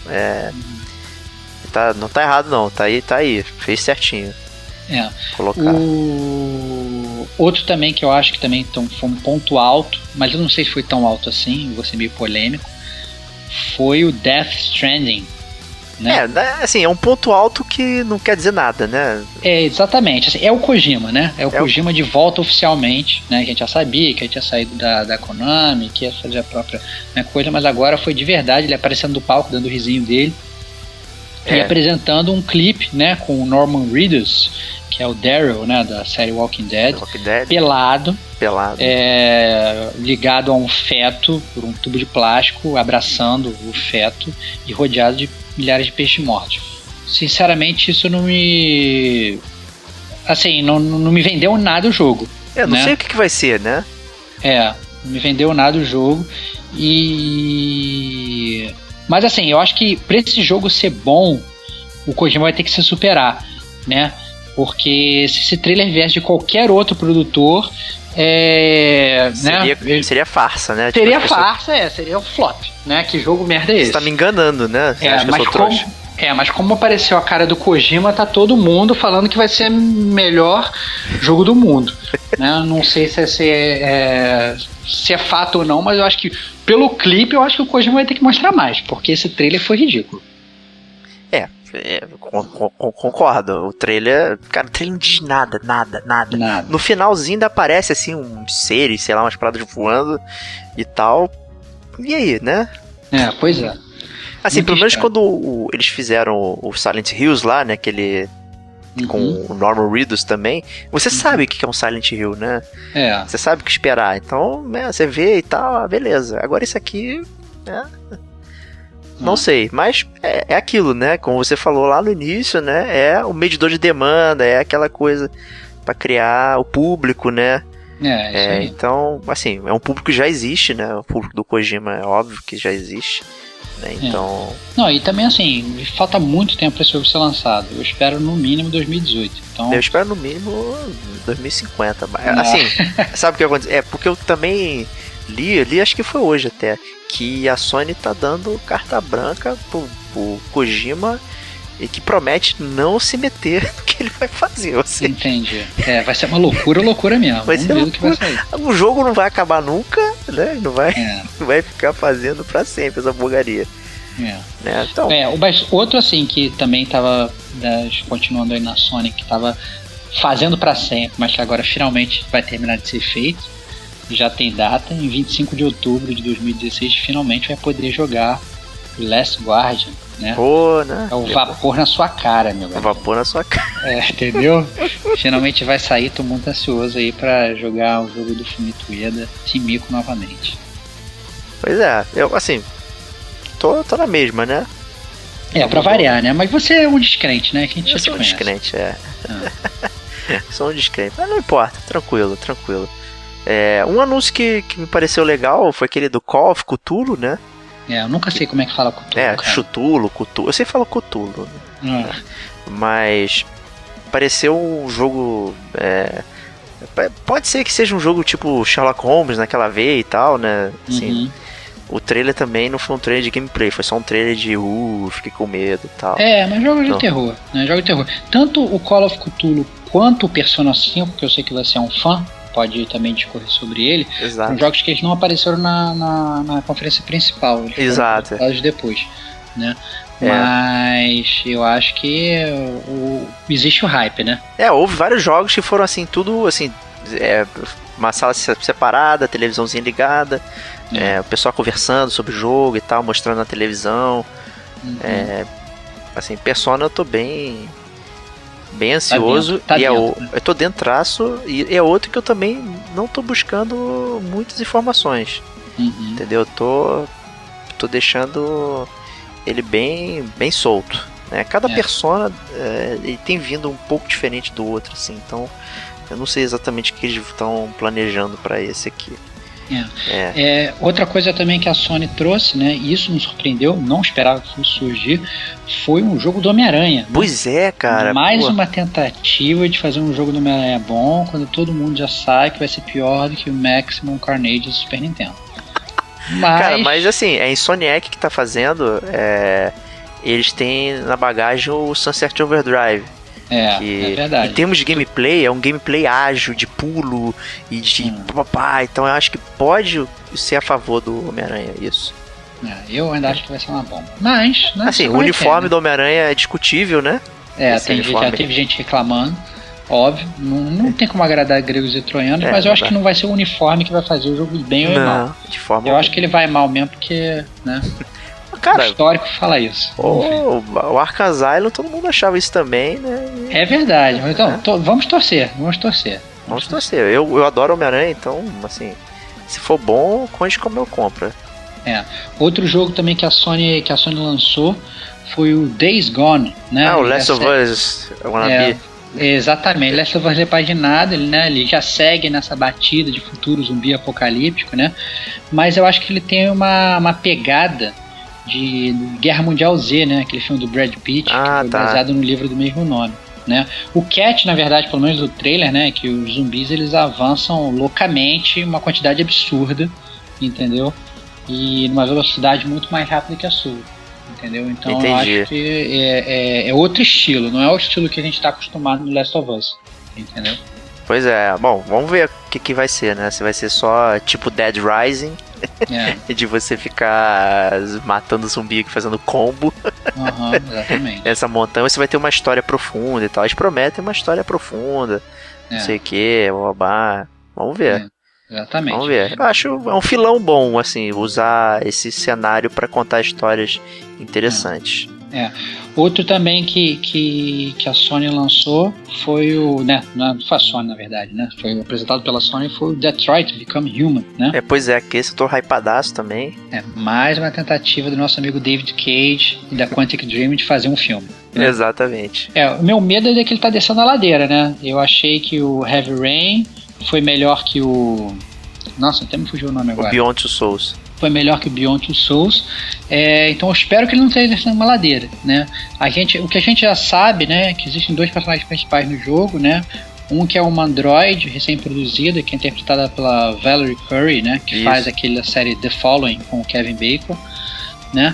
Não tá errado não, tá aí, fez certinho. Colocar. Outro também que eu acho que também foi um ponto alto, mas eu não sei se foi tão alto assim, vou ser meio polêmico, foi o Death Stranding, né? Assim, é um ponto alto que não quer dizer nada, né? Exatamente, assim, é o Kojima, né? É o Kojima de volta oficialmente, né? Que a gente já sabia que ele tinha saído da Konami, que ia fazer a própria, né, coisa, mas agora foi de verdade, ele aparecendo do palco, dando o risinho dele. E apresentando um clipe, né, com o Norman Reedus, que é o Daryl, né, da série Walking Dead, pelado, Pelado. Ligado a um feto por um tubo de plástico, abraçando o feto e rodeado de milhares de peixes mortos. Sinceramente, isso não me... Assim, não me vendeu nada o jogo. Não né? sei o que vai ser, né? Não me vendeu nada o jogo. Mas assim, eu acho que pra esse jogo ser bom, o Kojima vai ter que se superar, né? Porque se esse trailer viesse de qualquer outro produtor, seria farsa, né? Seria farsa, seria um flop, né? Que jogo merda é esse? Você tá me enganando, né? Você acha que eu sou trouxa? Mas como apareceu a cara do Kojima, tá todo mundo falando que vai ser o melhor jogo do mundo. Né? Não sei se é fato ou não, mas eu acho que pelo clipe eu acho que o Kojima vai ter que mostrar mais, porque esse trailer foi ridículo. Concordo. O trailer, cara, o trailer não diz nada. No finalzinho ainda aparece assim uns seres, sei lá, umas paradas voando e tal. E aí, né? Pois é. Assim, muito pelo menos quando eles fizeram o Silent Hills lá, né? Aquele com o Norman Reedus também, você sabe o que é um Silent Hill, né? Você sabe o que esperar. Então, você vê e tal, beleza. Agora isso aqui, não sei, mas é aquilo, né? Como você falou lá no início, né? É o medidor de demanda, é aquela coisa pra criar o público, né? Então, assim, é um público que já existe, né? O público do Kojima é óbvio que já existe. Então... Não, e também assim, falta muito tempo para esse jogo ser lançado. Eu espero no mínimo 2018. Então... Eu espero no mínimo 2050. Assim, sabe o que acontece? Porque eu também li, acho que foi hoje até, que a Sony tá dando carta branca pro Kojima e que promete não se meter no que ele vai fazer. Entendi. Vai ser uma loucura mesmo. Vamos ver o que vai sair. O jogo não vai acabar nunca, né? Não vai ficar fazendo pra sempre essa porcaria. Né? Então... mas outro assim que também tava continuando aí na Sony, que tava fazendo pra sempre, mas que agora finalmente vai terminar de ser feito, já tem data, em 25 de outubro de 2016 finalmente vai poder jogar Last Guardian, né? Né? É o vapor na sua cara, meu velho. O vapor na sua cara. Entendeu? Finalmente vai sair, tô muito ansioso aí pra jogar o jogo do Fumito Ueda, Timiko novamente. Pois é, eu assim, tô na mesma, né? Pra variar, né? Mas você é um descrente, né? Que a gente já te conhece. Descrente, Sou um descrente, mas não importa, tranquilo. Um anúncio que me pareceu legal foi aquele do Call of Cthulhu, né? Eu nunca sei como é que fala Cthulhu. Cthulhu. Eu sei falar Cthulhu. Mas pareceu um jogo... pode ser que seja um jogo tipo Sherlock Holmes naquela veia e tal, né? Assim, o trailer também não foi um trailer de gameplay, foi só um trailer de fiquei com medo e tal. Mas jogo de terror, né? Jogo de terror. Tanto o Call of Cthulhu quanto o Persona 5, que eu sei que você é um fã, pode também discorrer sobre ele. Exato. São jogos que eles não apareceram na conferência principal. Exato. Depois, né? Mas eu acho que existe o hype, né? Houve vários jogos que foram assim, tudo assim, uma sala separada, televisãozinha ligada, o pessoal conversando sobre o jogo e tal, mostrando na televisão. Assim, Persona eu tô bem ansioso, tá dentro, né? Eu tô dentraço, e é outro que eu também não tô buscando muitas informações, entendeu? Eu tô deixando ele bem solto, né? Cada Persona ele tem vindo um pouco diferente do outro, assim, então eu não sei exatamente o que eles estão planejando para esse aqui. Outra coisa também que a Sony trouxe, né? E isso me surpreendeu, não esperava que fosse surgir, foi um jogo do Homem-Aranha. Pois cara. Mais uma tentativa de fazer um jogo do Homem-Aranha bom, quando todo mundo já sabe que vai ser pior do que o Maximum Carnage do Super Nintendo. Mas assim, é a Insomniac que tá fazendo, eles têm na bagagem o Sunset Overdrive. É verdade. Em termos de gameplay, é um gameplay ágil, de pulo e de papapá. Então eu acho que pode ser a favor do Homem-Aranha, isso. Eu ainda acho que vai ser uma bomba. Mas, assim, o uniforme do Homem-Aranha é discutível, né? Já teve gente reclamando. Óbvio, não tem como agradar gregos e troianos, mas eu acho que não vai ser o uniforme que vai fazer o jogo bem ou mal. Eu acho que ele vai mal mesmo, porque, né? Cara, o histórico fala isso. O Arkham Asylum, todo mundo achava isso também, né? É verdade. Então, vamos torcer. Vamos torcer. Eu adoro Homem-Aranha, então, assim, se for bom, conte como eu compro. Outro jogo também que a Sony lançou foi o Days Gone, né? O Last of Us Wannabe. Exatamente, Last of Us repaginado, ele já segue nessa batida de futuro zumbi apocalíptico, né? Mas eu acho que ele tem uma pegada de Guerra Mundial Z, né? Aquele filme do Brad Pitt, que foi baseado no livro do mesmo nome, né? O catch, na verdade, pelo menos do trailer, né? Que os zumbis eles avançam loucamente, uma quantidade absurda, entendeu? E numa velocidade muito mais rápida que a sua. Entendeu? Então Entendi. eu acho que é outro estilo, não é o estilo que a gente está acostumado no Last of Us, entendeu? Pois é, bom, vamos ver o que vai ser, né? Se vai ser só tipo Dead Rising, de você ficar matando zumbi aqui fazendo combo. Exatamente. Nessa montanha, você vai ter uma história profunda e tal. Eles prometem uma história profunda, não sei o que, vamos ver. Exatamente. Vamos ver. Eu acho um filão bom, assim, usar esse cenário para contar histórias interessantes. Outro também que a Sony lançou foi o... não foi a Sony, na verdade, né? Foi apresentado pela Sony, foi o Detroit Become Human, né? Pois é, que esse eu tô hypadaço também. Mais uma tentativa do nosso amigo David Cage e da Quantic Dream de fazer um filme. Né? Exatamente. O meu medo é que ele tá descendo a ladeira, né? Eu achei que o Heavy Rain foi melhor que o... Nossa, até me fugiu o nome agora. O Beyond Two Souls. Foi melhor que o Beyond Two Souls. Então eu espero que ele não esteja descendo uma ladeira, né? O que a gente já sabe, né? Que existem dois personagens principais no jogo, né? Um que é uma android recém-produzida, que é interpretada pela Valerie Curry, né? Que faz aquela série The Following com o Kevin Bacon, né?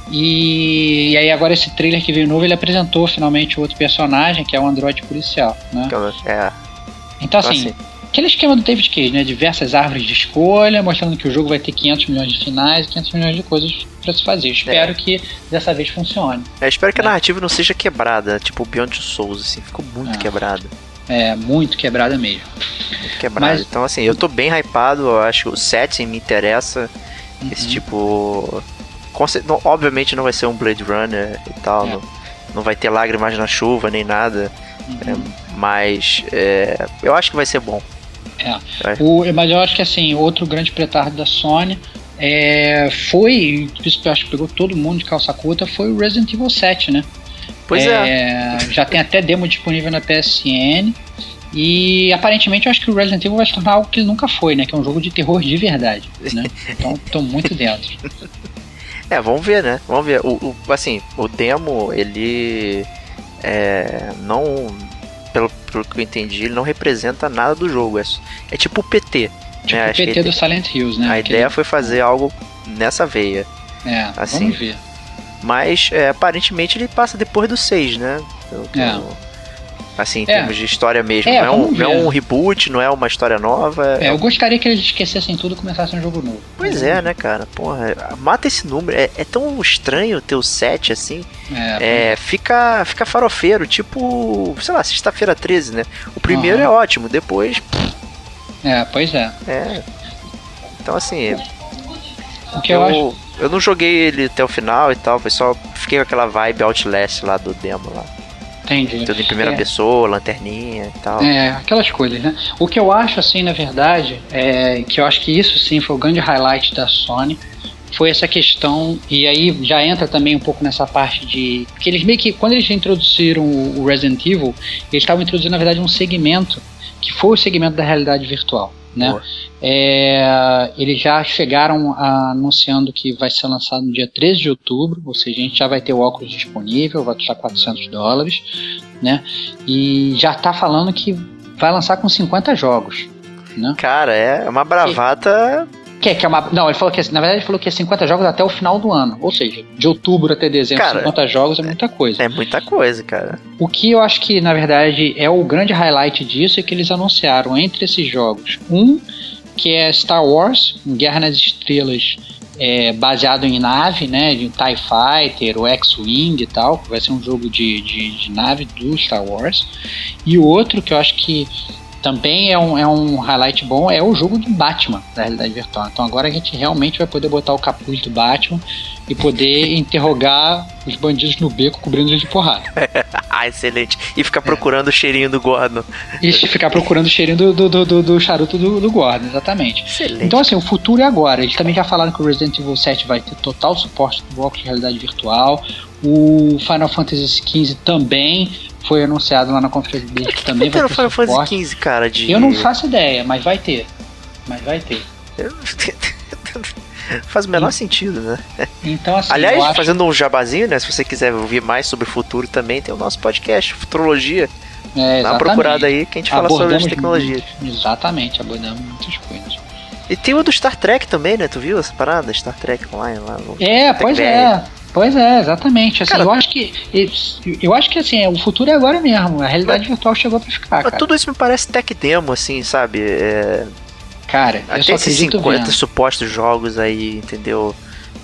E aí agora esse trailer que veio novo, ele apresentou finalmente outro personagem, que é o android policial, né? Então assim, aquele esquema do David Cage, né? Diversas árvores de escolha, mostrando que o jogo vai ter 500 milhões de finais e 500 milhões de coisas pra se fazer. Espero que dessa vez funcione. Espero que a narrativa não seja quebrada, tipo o Beyond Two Souls, assim, ficou muito quebrada. Muito quebrada mesmo. Muito quebrada. Então assim, eu tô bem hypado, eu acho que o setting me interessa, esse tipo... Obviamente não vai ser um Blade Runner e tal, não vai ter lágrimas na chuva nem nada, mas eu acho que vai ser bom. Mas eu acho que assim, outro grande pretardo da Sony foi, isso que eu acho que pegou todo mundo de calça curta, foi o Resident Evil 7, né? Pois já tem até demo disponível na PSN. E aparentemente eu acho que o Resident Evil vai se tornar algo que ele nunca foi, né? Que é um jogo de terror de verdade, né? Então tô muito dentro. Vamos ver, né? Vamos ver. O demo, ele não... Pelo que eu entendi, ele não representa nada do jogo. É tipo o PT. Tipo o PT do Silent Hills, né? A ideia foi fazer algo nessa veia. Assim. Vamos ver. Mas aparentemente ele passa depois do 6, né? Assim, em termos de história mesmo. Não é um reboot, não é uma história nova. Eu gostaria que eles esquecessem tudo e começassem um jogo novo. Pois né, cara? Porra, mata esse número. É tão estranho ter o 7, assim. Fica farofeiro, tipo, sei lá, sexta-feira 13, né? O primeiro é ótimo, depois... Pois é. Então, assim... O que eu acho... Eu não joguei ele até o final e tal, fiquei com aquela vibe Outlast lá do demo lá. Entendi. Tudo em primeira pessoa, lanterninha e tal. Aquelas coisas, né? O que eu acho, assim, na verdade, que eu acho que isso, sim, foi o grande highlight da Sony, foi essa questão, e aí já entra também um pouco nessa parte de... Porque eles meio que, quando eles introduziram o Resident Evil, eles estavam introduzindo, na verdade, um segmento, que foi o segmento da realidade virtual, né? Eles já chegaram anunciando que vai ser lançado no dia 13 de outubro, ou seja, a gente já vai ter o óculos disponível, vai custar $400, né? E já tá falando que vai lançar com 50 jogos, né? Cara, é uma bravata... Não, ele falou que, na verdade, ele falou que é 50 jogos até o final do ano. Ou seja, de outubro até dezembro, cara, 50 jogos é muita coisa. É muita coisa, cara. O que eu acho que, na verdade, é o grande highlight disso é que eles anunciaram entre esses jogos que é Star Wars, Guerra nas Estrelas, baseado em nave, né? De TIE Fighter, o X-Wing e tal. Vai ser um jogo de nave do Star Wars. E o outro que eu acho que também é um highlight bom, é o jogo do Batman da realidade virtual. Então agora a gente realmente vai poder botar o capuz do Batman e poder interrogar os bandidos no beco cobrindo eles de porrada. Ah, excelente. E ficar procurando o cheirinho do Gordon. E ficar procurando o cheirinho do charuto do Gordon, exatamente. Excelente. Então assim, o futuro é agora. Eles também já falaram que o Resident Evil 7 vai ter total suporte do óculos de realidade virtual. O Final Fantasy XV também foi anunciado lá na conferência dele que também vai ter Final suporte. Fantasy XV, cara, Eu não faço ideia, mas vai ter. Faz o menor sentido, né? Então, assim, aliás, fazendo um jabazinho, né? Se você quiser ouvir mais sobre o futuro também, tem o nosso podcast, Futurologia. Dá uma procurada aí que a gente fala sobre as tecnologias. Exatamente, abordamos muitas coisas. E tem o do Star Trek também, né? Tu viu essa parada? Star Trek Online lá no Pois é, exatamente. Assim, cara, eu acho que assim, o futuro é agora mesmo. A realidade virtual chegou pra ficar, cara. Tudo isso me parece tech demo, assim, sabe? Cara, eu até só esses acredito 50 vendo. supostos jogos aí, entendeu?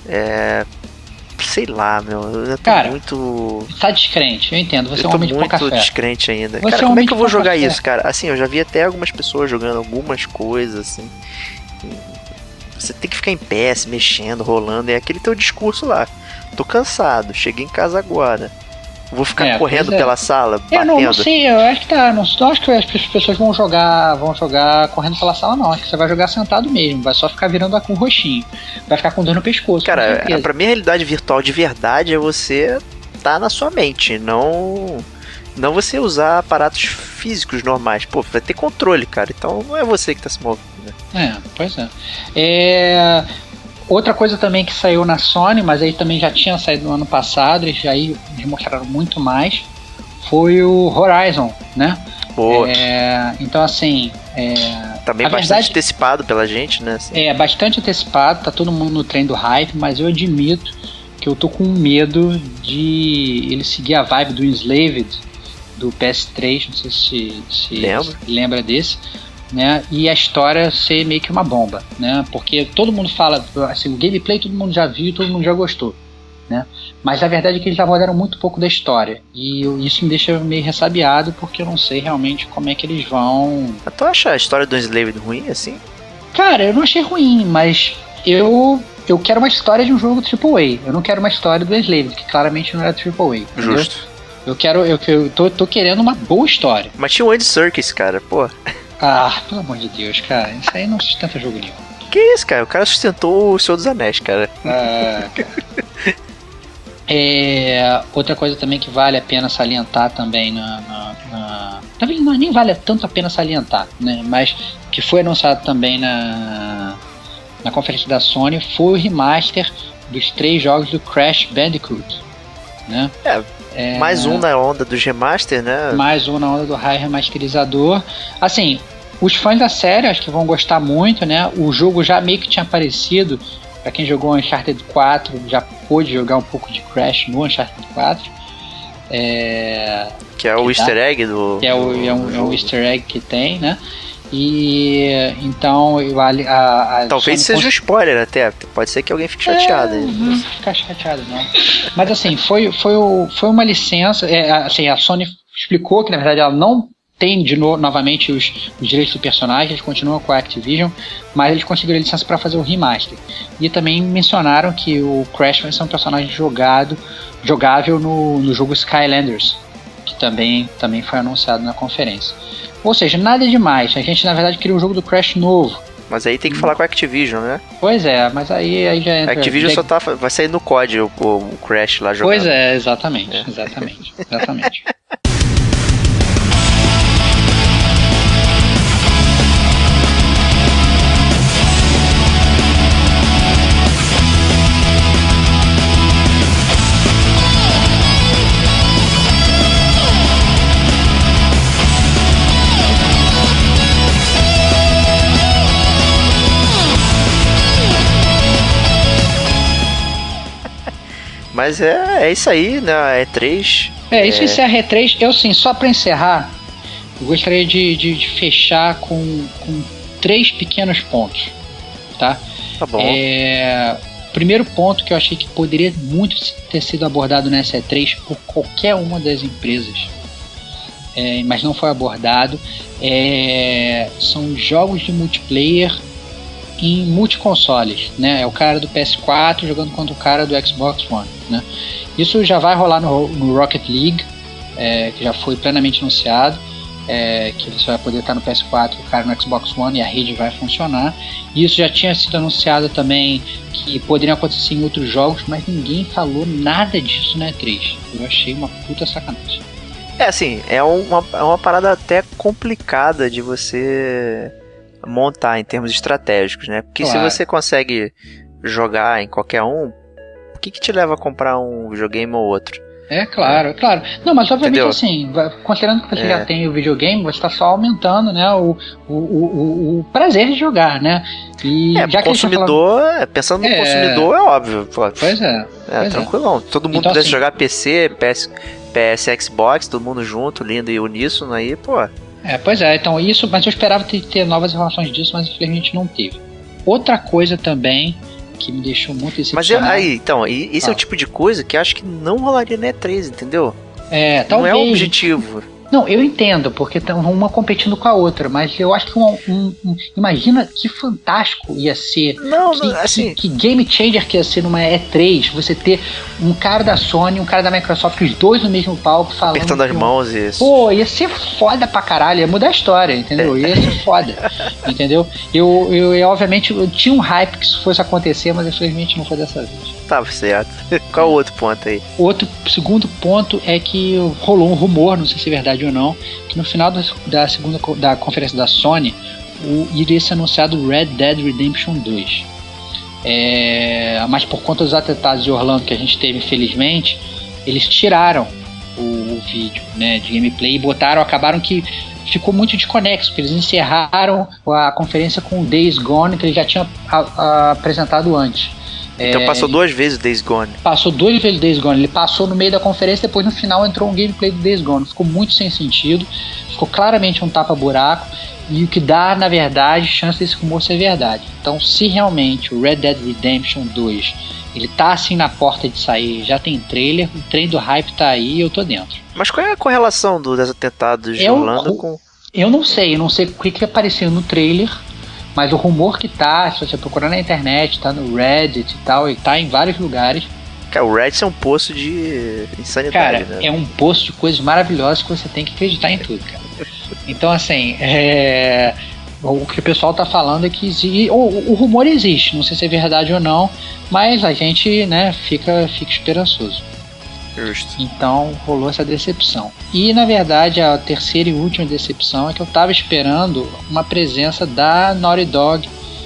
Sei lá, meu. Eu tô Cara, muito. Tá descrente, eu entendo. Você é um tô homem de pouca muito fé. descrente ainda. Você Cara, é um como é homem que eu de vou pouca jogar fé. isso, cara? Assim, eu já vi até algumas pessoas jogando algumas coisas, assim. Você tem que ficar em pé, se mexendo, rolando. É aquele teu discurso lá. Tô cansado, cheguei em casa agora. Vou ficar correndo pela sala, batendo. Eu não sei, eu acho que tá. Não acho que as pessoas vão jogar correndo pela sala, não. Acho que você vai jogar sentado mesmo. Vai só ficar virando com o roxinho. Vai ficar com dor no pescoço. Cara, pra mim a realidade virtual de verdade é você tá na sua mente, não você usar aparatos físicos normais. Pô, vai ter controle, cara. Então não é você que tá se movendo, né? Pois é. Outra coisa também que saiu na Sony, mas aí também já tinha saído no ano passado, eles mostraram muito mais, foi o Horizon, né? Boa. Então assim... Também bastante antecipado pela gente, né? Assim. Bastante antecipado, tá todo mundo no trem do hype, mas eu admito que eu tô com medo de ele seguir a vibe do Enslaved, do PS3, não sei se lembra desse, né? E a história ser meio que uma bomba, né? Porque todo mundo fala, assim, o gameplay todo mundo já viu, todo mundo já gostou, né? Mas a verdade é que eles abordaram muito pouco da história e isso me deixa meio ressabiado porque eu não sei realmente como é que eles vão... Tu acha a história do Enslaved ruim, assim? Cara, eu não achei ruim, mas eu quero uma história de um jogo AAA. Eu não quero uma história do Enslaved, que claramente não era AAA. Justo. Entendeu? Eu tô querendo uma boa história. Mas tinha o Andy Serkis, cara, pô. Ah, pelo amor de Deus, cara. Isso aí não sustenta jogo nenhum. Que isso, cara? O cara sustentou o Senhor dos Anéis, cara. Outra coisa também que vale a pena salientar também também nem vale tanto a pena salientar, né? Mas que foi anunciado também na conferência da Sony foi o remaster dos 3 jogos do Crash Bandicoot, né? Mais um na onda dos remaster, né? Mais um na onda do high remasterizador. Assim, os fãs da série acho que vão gostar muito, né? O jogo já meio que tinha aparecido. Pra quem jogou Uncharted 4, já pôde jogar um pouco de Crash no Uncharted 4. Que é o easter egg do... Que é um easter egg que tem, né? E então talvez seja um spoiler até. Pode ser que alguém fique chateado. Não ficar chateado não. Mas assim, foi uma licença. Assim, a Sony explicou que na verdade ela não tem novamente os direitos do personagem, eles continuam com a Activision, mas eles conseguiram a licença para fazer o remaster. E também mencionaram que o Crash vai ser um personagem jogável no jogo Skylanders, que também foi anunciado na conferência. Ou seja, nada demais. A gente, na verdade, queria um jogo do Crash novo. Mas aí tem que falar com a Activision, né? Pois é, mas aí já entra... A Activision só vai sair no COD o Crash lá jogando. Pois é, exatamente. Mas é isso aí, né? E3. Isso encerra a E3. Eu, sim, só pra encerrar, eu gostaria de fechar com 3 pequenos pontos, tá? Tá bom. Primeiro ponto que eu achei que poderia muito ter sido abordado nessa E3 por qualquer uma das empresas mas não foi abordado, são jogos de multiplayer em multiconsoles, né? É o cara do PS4 jogando contra o cara do Xbox One, né? Isso já vai rolar no Rocket League, que já foi plenamente anunciado, que você vai poder estar no PS4 e o cara no Xbox One e a rede vai funcionar. E isso já tinha sido anunciado também que poderia acontecer em outros jogos, mas ninguém falou nada disso na E3. Eu achei uma puta sacanagem. Assim, é uma parada até complicada de você montar em termos estratégicos, né? Porque Claro. se você consegue jogar em qualquer um, por que te leva a comprar um videogame ou outro? Claro. Não, mas obviamente Entendeu? assim, considerando que você já tem o videogame, você está só aumentando, né, o prazer de jogar, né? E pro consumidor, pensando no consumidor, é óbvio. Pô, Pois é. tranquilão. Todo mundo Então, pudesse assim, jogar PC, PS, Xbox, todo mundo junto, lindo e uníssono aí, pô. Pois é, então isso, mas eu esperava ter novas informações disso, mas infelizmente não teve. Outra coisa também que me deixou muito decepcionado. Mas esse é o tipo de coisa que eu acho que não rolaria na E3, entendeu? Talvez. Não é o objetivo. Não, eu entendo, porque estão uma competindo com a outra, mas eu acho que imagina que fantástico ia ser, que game changer que ia ser numa E3, você ter um cara da Sony e um cara da Microsoft, os dois no mesmo palco falando. Apertando as mãos e isso. Pô, ia ser foda pra caralho, ia mudar a história, entendeu? Ia ser foda, entendeu? Eu obviamente, eu tinha um hype que isso fosse acontecer, mas infelizmente não foi dessa vez. Tava certo. Qual o outro ponto aí? Segundo ponto é que rolou um rumor, não sei se é verdade ou não, que no final da conferência da Sony iria ser anunciado Red Dead Redemption 2. Mas por conta dos atentados de Orlando que a gente teve, infelizmente, eles tiraram o vídeo, né, de gameplay e acabaram que ficou muito desconexo, porque eles encerraram a conferência com o Days Gone, que eles já tinham apresentado antes. Então passou duas vezes o Days Gone. Passou duas vezes o Days Gone. Ele passou no meio da conferência, depois no final entrou um gameplay do Days Gone. Ficou muito sem sentido. Ficou claramente um tapa-buraco. E o que dá, na verdade, chance desse rumor ser verdade. Então, se realmente o Red Dead Redemption 2 ele tá assim na porta de sair, já tem trailer, o trem do hype tá aí e eu tô dentro. Mas qual é a correlação dos atentados de Orlando com... Eu não sei o que apareceu no trailer. Mas o rumor que tá, se você procurar na internet, tá no Reddit e tal, e tá em vários lugares. Cara, o Reddit é um poço de insanidade, cara, né? É um poço de coisas maravilhosas que você tem que acreditar em tudo, cara. Então, assim, o que o pessoal tá falando é que o rumor existe, não sei se é verdade ou não, mas a gente, né, fica esperançoso. Justo. Então rolou essa decepção. E na verdade a terceira e última decepção é que eu tava esperando uma presença da Naughty Dog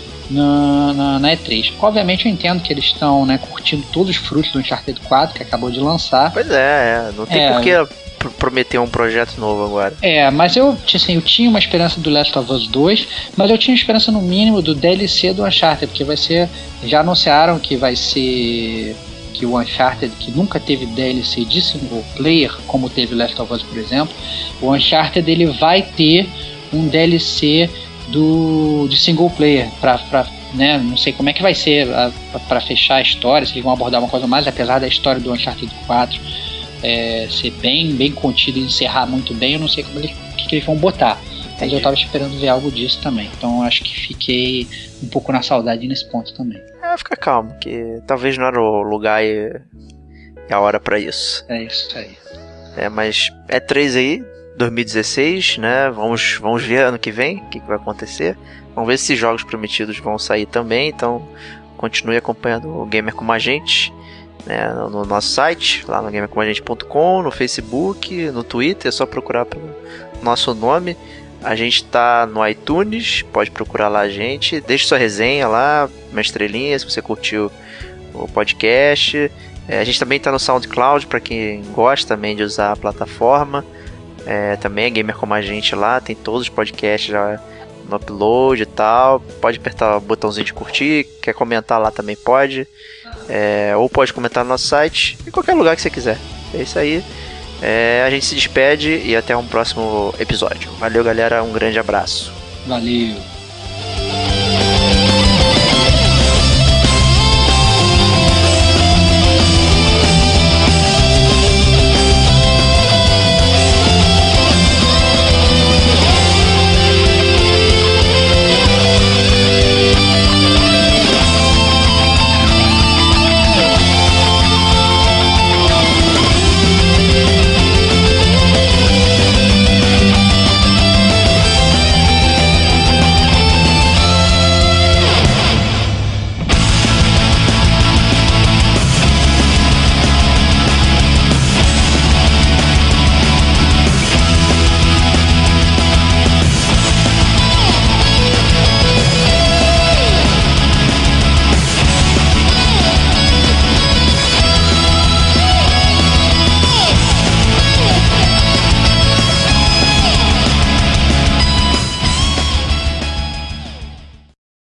na E3. Obviamente eu entendo que eles estão, né, curtindo todos os frutos do Uncharted 4 que acabou de lançar. Pois não tem por que prometer um projeto novo agora. Mas eu tinha uma esperança do Last of Us 2, mas eu tinha esperança no mínimo do DLC do Uncharted, porque vai ser, já anunciaram que vai ser que o Uncharted, que nunca teve DLC de single player, como teve Last of Us, por exemplo, o Uncharted ele vai ter um DLC de single player, né, não sei como é que vai ser para fechar a história, se eles vão abordar uma coisa mais, apesar da história do Uncharted 4 ser bem contida e encerrar muito bem, eu não sei como que eles vão botar. Mas eu tava esperando ver algo disso também. Então acho que fiquei um pouco na saudade nesse ponto também. Fica calmo, que talvez não era o lugar e a hora pra isso. É isso aí. Mas E3 aí, 2016, né? Vamos ver ano que vem o que vai acontecer. Vamos ver se esses jogos prometidos vão sair também. Então continue acompanhando o Gamer Como a Gente, né, no nosso site, lá no gamercomagente.com, no Facebook, no Twitter, é só procurar pelo nosso nome. A gente tá no iTunes, pode procurar lá a gente, deixe sua resenha lá, uma estrelinha se você curtiu o podcast. A gente também tá no SoundCloud, para quem gosta também de usar a plataforma. Também é Gamer Como a Gente lá, tem todos os podcasts já no upload e tal. Pode apertar o botãozinho de curtir, quer comentar lá também pode. Ou pode comentar no nosso site, em qualquer lugar que você quiser. É isso aí. A gente se despede e até um próximo episódio. Valeu, galera, um grande abraço. Valeu.